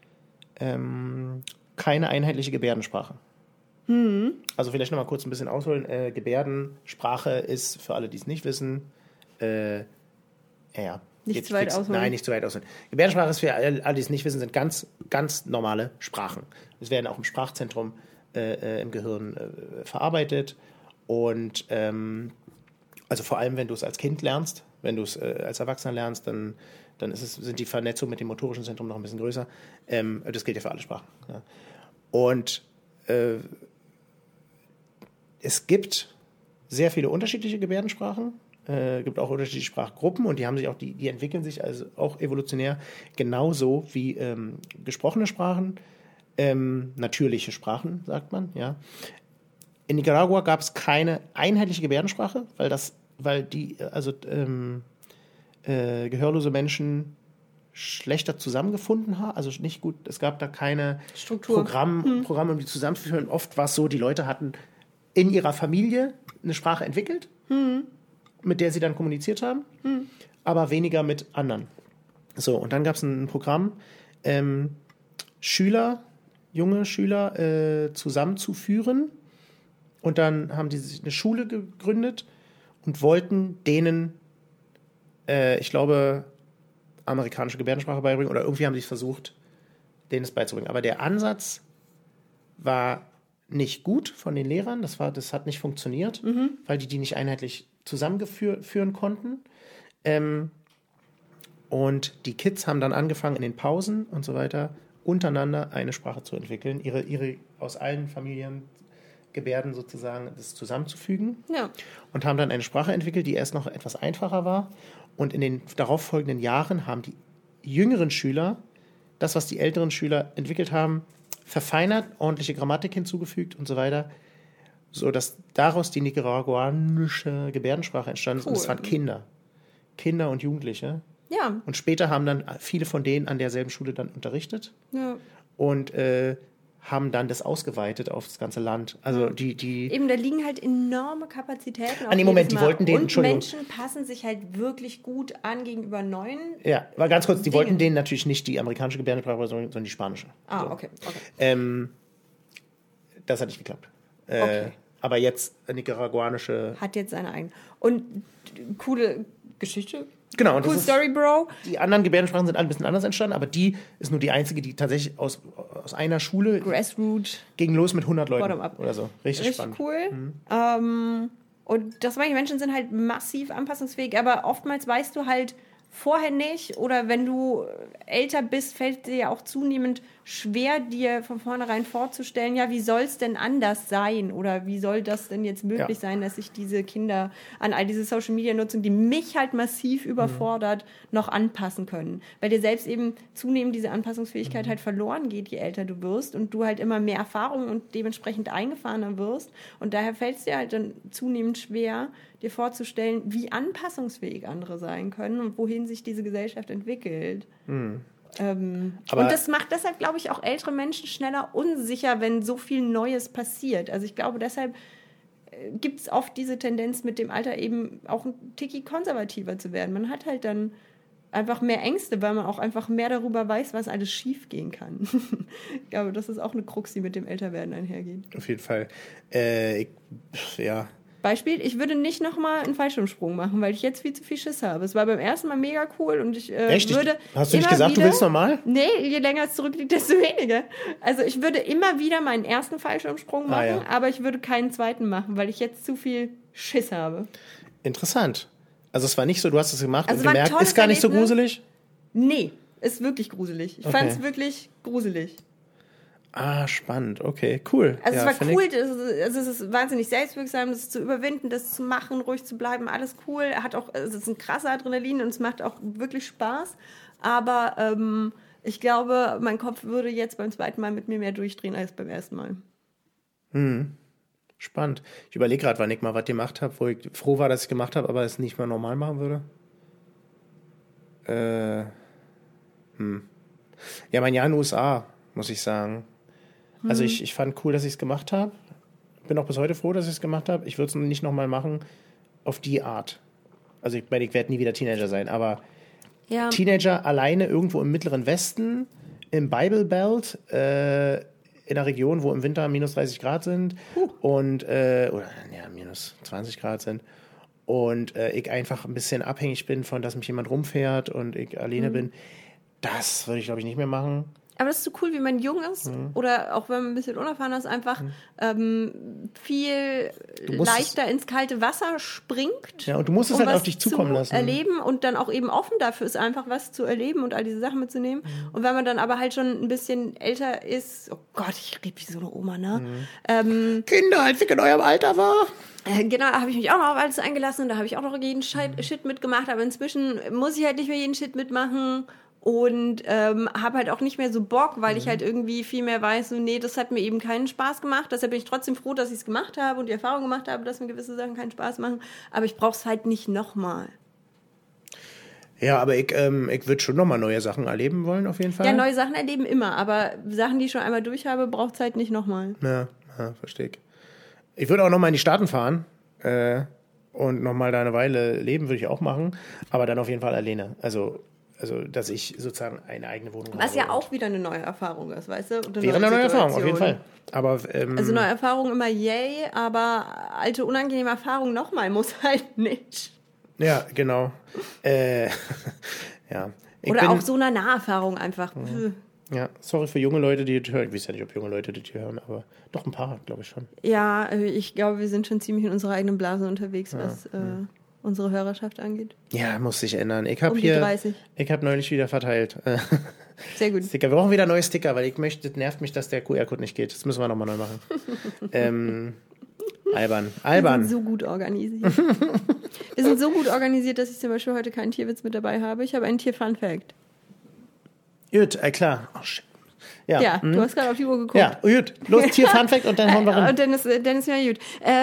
keine einheitliche Gebärdensprache. Also vielleicht noch mal kurz ein bisschen ausholen. Gebärdensprache ist, für alle, die es nicht wissen, nicht zu weit ausholen. Nein, nicht zu weit ausholen. Gebärdensprache ist, für alle, die es nicht wissen, sind ganz, ganz normale Sprachen. Es werden auch im Sprachzentrum im Gehirn verarbeitet. Und also vor allem, wenn du es als Kind lernst, wenn du es als Erwachsener lernst, dann sind die Vernetzungen mit dem motorischen Zentrum noch ein bisschen größer. Das gilt ja für alle Sprachen. Ja. Und es gibt sehr viele unterschiedliche Gebärdensprachen. Gibt auch unterschiedliche Sprachgruppen und die entwickeln sich also auch evolutionär genauso wie gesprochene Sprachen, natürliche Sprachen, sagt man, ja. In Nicaragua gab es keine einheitliche Gebärdensprache, weil die gehörlose Menschen schlechter zusammengefunden haben, also nicht gut, es gab da keine Programme, um die zusammenzuführen. Oft war es so, die Leute hatten in ihrer Familie eine Sprache entwickelt, mit der sie dann kommuniziert haben, aber weniger mit anderen. So, und dann gab es ein Programm, junge Schüler zusammenzuführen, und dann haben die sich eine Schule gegründet und wollten denen, ich glaube, amerikanische Gebärdensprache beibringen, oder irgendwie haben sie es versucht, denen es beizubringen. Aber der Ansatz war nicht gut von den Lehrern, das hat nicht funktioniert, weil die nicht einheitlich zusammenführen konnten. Und die Kids haben dann angefangen, in den Pausen und so weiter untereinander eine Sprache zu entwickeln, ihre aus allen Familiengebärden sozusagen das zusammenzufügen. Ja. Und haben dann eine Sprache entwickelt, die erst noch etwas einfacher war. Und in den darauffolgenden Jahren haben die jüngeren Schüler das, was die älteren Schüler entwickelt haben, verfeinert, ordentliche Grammatik hinzugefügt und so weiter, sodass daraus die nicaraguanische Gebärdensprache entstanden ist. Und es waren Kinder und Jugendliche. Ja. Und später haben dann viele von denen an derselben Schule dann unterrichtet und haben dann das ausgeweitet auf das ganze Land. Also die Eben, da liegen halt enorme Kapazitäten. An dem Moment, die wollten denen, und Menschen passen sich halt wirklich gut an gegenüber neuen. Ja, war ganz kurz, die wollten denen natürlich nicht die amerikanische Gebärdensprache, sondern die spanische. Ah, so. Okay. Das hat nicht geklappt. Okay. Aber jetzt nicaraguanische... Hat jetzt seine eigene. Und coole Geschichte. Genau. Und Cool Story, Bro. Die anderen Gebärdensprachen sind alle ein bisschen anders entstanden, aber die ist nur die einzige, die tatsächlich aus einer Schule... Grassroot. Ging los mit 100 Leuten Bottom-up. oder so. Richtig spannend. Cool. Und das meine ich, Menschen sind halt massiv anpassungsfähig, aber oftmals weißt du halt vorher nicht oder wenn du älter bist, fällt dir ja auch zunehmend schwer, dir von vornherein vorzustellen, ja, wie soll es denn anders sein oder wie soll das denn jetzt möglich sein, dass sich diese Kinder an all diese Social-Media-Nutzung, die mich halt massiv überfordert, noch anpassen können. Weil dir selbst eben zunehmend diese Anpassungsfähigkeit halt verloren geht, je älter du wirst und du halt immer mehr Erfahrung und dementsprechend eingefahrener wirst und daher fällt es dir halt dann zunehmend schwer, dir vorzustellen, wie anpassungsfähig andere sein können und wohin sich diese Gesellschaft entwickelt. Und das macht deshalb, glaube ich, auch ältere Menschen schneller unsicher, wenn so viel Neues passiert. Also ich glaube, deshalb gibt es oft diese Tendenz mit dem Alter eben auch ein Tiki konservativer zu werden. Man hat halt dann einfach mehr Ängste, weil man auch einfach mehr darüber weiß, was alles schief gehen kann. Ich glaube, das ist auch eine Krux, die mit dem Älterwerden einhergeht. Auf jeden Fall. Beispiel, ich würde nicht nochmal einen Fallschirmsprung machen, weil ich jetzt viel zu viel Schiss habe. Es war beim ersten Mal mega cool und ich würde Hast du nicht gesagt, du willst nochmal? Nee, je länger es zurückliegt, desto weniger. Also ich würde immer wieder meinen ersten Fallschirmsprung machen, aber ich würde keinen zweiten machen, weil ich jetzt zu viel Schiss habe. Interessant. Also es war nicht so, du hast es gemacht also und gemerkt, ist gar nicht so gruselig? Nee, ist wirklich gruselig. Ich fand es wirklich gruselig. Ah, spannend. Okay, cool. Also es war cool, es ist wahnsinnig selbstwirksam, das zu überwinden, das zu machen, ruhig zu bleiben, alles cool. Es ist ein krasser Adrenalin und es macht auch wirklich Spaß. Aber ich glaube, mein Kopf würde jetzt beim zweiten Mal mit mir mehr durchdrehen als beim ersten Mal. Spannend. Ich überlege gerade, wann ich mal was gemacht habe, wo ich froh war, dass ich gemacht habe, aber es nicht mal normal machen würde. Ja, mein Jahr in den USA, muss ich sagen. Also ich fand cool, dass ich es gemacht habe. Bin auch bis heute froh, dass ich es gemacht habe. Ich würde es nicht nochmal machen auf die Art. Also ich meine, ich werde nie wieder Teenager sein, aber Teenager alleine irgendwo im Mittleren Westen, im Bible Belt, in einer Region, wo im Winter minus 30 Grad sind und minus 20 Grad sind und ich einfach ein bisschen abhängig bin von, dass mich jemand rumfährt und ich alleine bin, das würde ich, glaube ich, nicht mehr machen. Aber das ist so cool, wie man jung ist oder auch wenn man ein bisschen unerfahren ist, einfach viel leichter ins kalte Wasser springt. Ja, und du musst es halt auf dich zukommen lassen. Erleben und dann auch eben offen dafür ist, einfach was zu erleben und all diese Sachen mitzunehmen. Und wenn man dann aber halt schon ein bisschen älter ist, oh Gott, ich rede wie so eine Oma, ne? Kinder, als ich in eurem Alter war. Genau, da habe ich mich auch noch auf alles eingelassen und da habe ich auch noch jeden Shit mitgemacht, aber inzwischen muss ich halt nicht mehr jeden Shit mitmachen. Und habe halt auch nicht mehr so Bock, weil ich halt irgendwie viel mehr weiß, so, nee, das hat mir eben keinen Spaß gemacht. Deshalb bin ich trotzdem froh, dass ich es gemacht habe und die Erfahrung gemacht habe, dass mir gewisse Sachen keinen Spaß machen. Aber ich brauche es halt nicht nochmal. Ja, aber ich würde schon nochmal neue Sachen erleben wollen, auf jeden Fall. Ja, neue Sachen erleben immer, aber Sachen, die ich schon einmal durch habe, braucht es halt nicht nochmal. Ja, verstehe ich. Ich würde auch nochmal in die Staaten fahren und nochmal da eine Weile leben, würde ich auch machen, aber dann auf jeden Fall alleine. Also, dass ich sozusagen eine eigene Wohnung habe. Was ja auch wieder eine neue Erfahrung ist, weißt du? Wäre eine neue Erfahrung, auf jeden Fall. Aber, also neue Erfahrung immer yay, aber alte, unangenehme Erfahrung nochmal muss halt nicht. Ja, genau. Ja. Oder auch so eine Naherfahrung einfach. Ja, sorry für junge Leute, die das hören. Ich weiß ja nicht, ob junge Leute das hier hören, aber doch ein paar, glaube ich schon. Ja, ich glaube, wir sind schon ziemlich in unserer eigenen Blase unterwegs, was unsere Hörerschaft angeht. Ja, muss sich ändern. Ich habe die 30. Ich habe neulich wieder verteilt. Sehr gut. Sticker. Wir brauchen wieder neue Sticker, weil das nervt mich, dass der QR-Code nicht geht. Das müssen wir nochmal neu machen. Albern. Wir sind so gut organisiert. Wir sind so gut organisiert, dass ich zum Beispiel heute keinen Tierwitz mit dabei habe. Ich habe einen Tier-Fun-Fact. Gut, klar. Oh, shit. Ja, du hast gerade auf die Uhr geguckt. Ja, gut. Los, Tier-Fun-Fact und dann hauen wir rein. Und dann ist ja gut.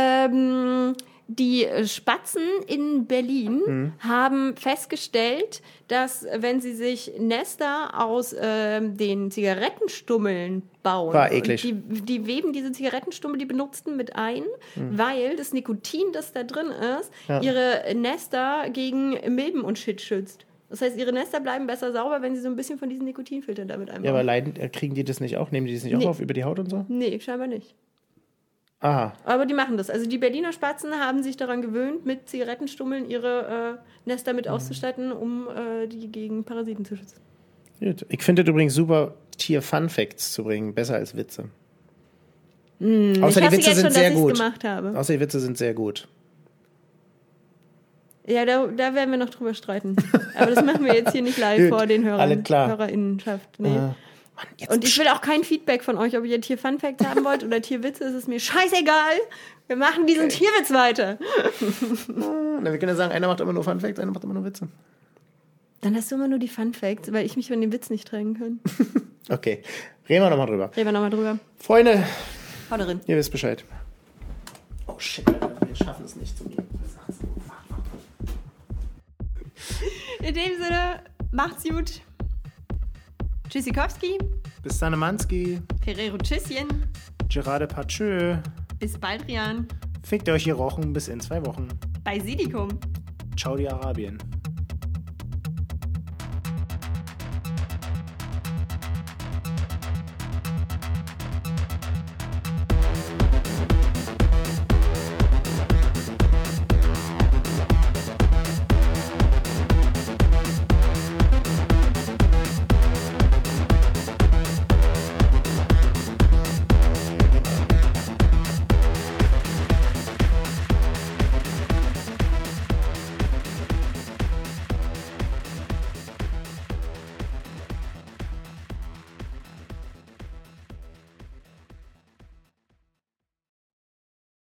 Die Spatzen in Berlin haben festgestellt, dass wenn sie sich Nester aus den Zigarettenstummeln bauen, war eklig. Die weben diese Zigarettenstummel, die benutzten, mit ein, weil das Nikotin, das da drin ist, ihre Nester gegen Milben und Shit schützt. Das heißt, ihre Nester bleiben besser sauber, wenn sie so ein bisschen von diesen Nikotinfiltern damit einbauen. Ja, aber kriegen die das nicht auch? Nehmen die das nicht auch auf über die Haut und so? Nee, scheinbar nicht. Aha. Aber die machen das. Also die Berliner Spatzen haben sich daran gewöhnt, mit Zigarettenstummeln ihre Nester mit auszustatten, um die gegen Parasiten zu schützen. Gut. Ich finde es übrigens super, Tier-Fun-Facts zu bringen. Besser als Witze. Außer die Witze sind sehr gut. Außer die Witze sind sehr gut. Ja, da werden wir noch drüber streiten. Aber das machen wir jetzt hier nicht live vor den HörerInnenschaft. Nee. Mann, und ich will auch kein Feedback von euch, ob ihr Tier-Fun-Facts haben wollt oder Tierwitze. Es ist mir scheißegal. Wir machen diesen Tierwitz weiter. Na, wir können ja sagen, einer macht immer nur Fun-Facts, einer macht immer nur Witze. Dann hast du immer nur die Fun-Facts, weil ich mich von dem Witz nicht trennen kann. Okay, reden wir nochmal drüber. Freunde, haut rein. Ihr wisst Bescheid. Oh shit, Alter, wir schaffen es nicht zu mir. In dem Sinne, macht's gut. Tschüssikowski. Bis dann, Manski. Ferrero Tschüsschen. Gerard Patschö. Bis bald, Rian. Fickt euch, ihr Rochen, bis in 2 Wochen. Bei Sidikum. Ciao, die Arabien.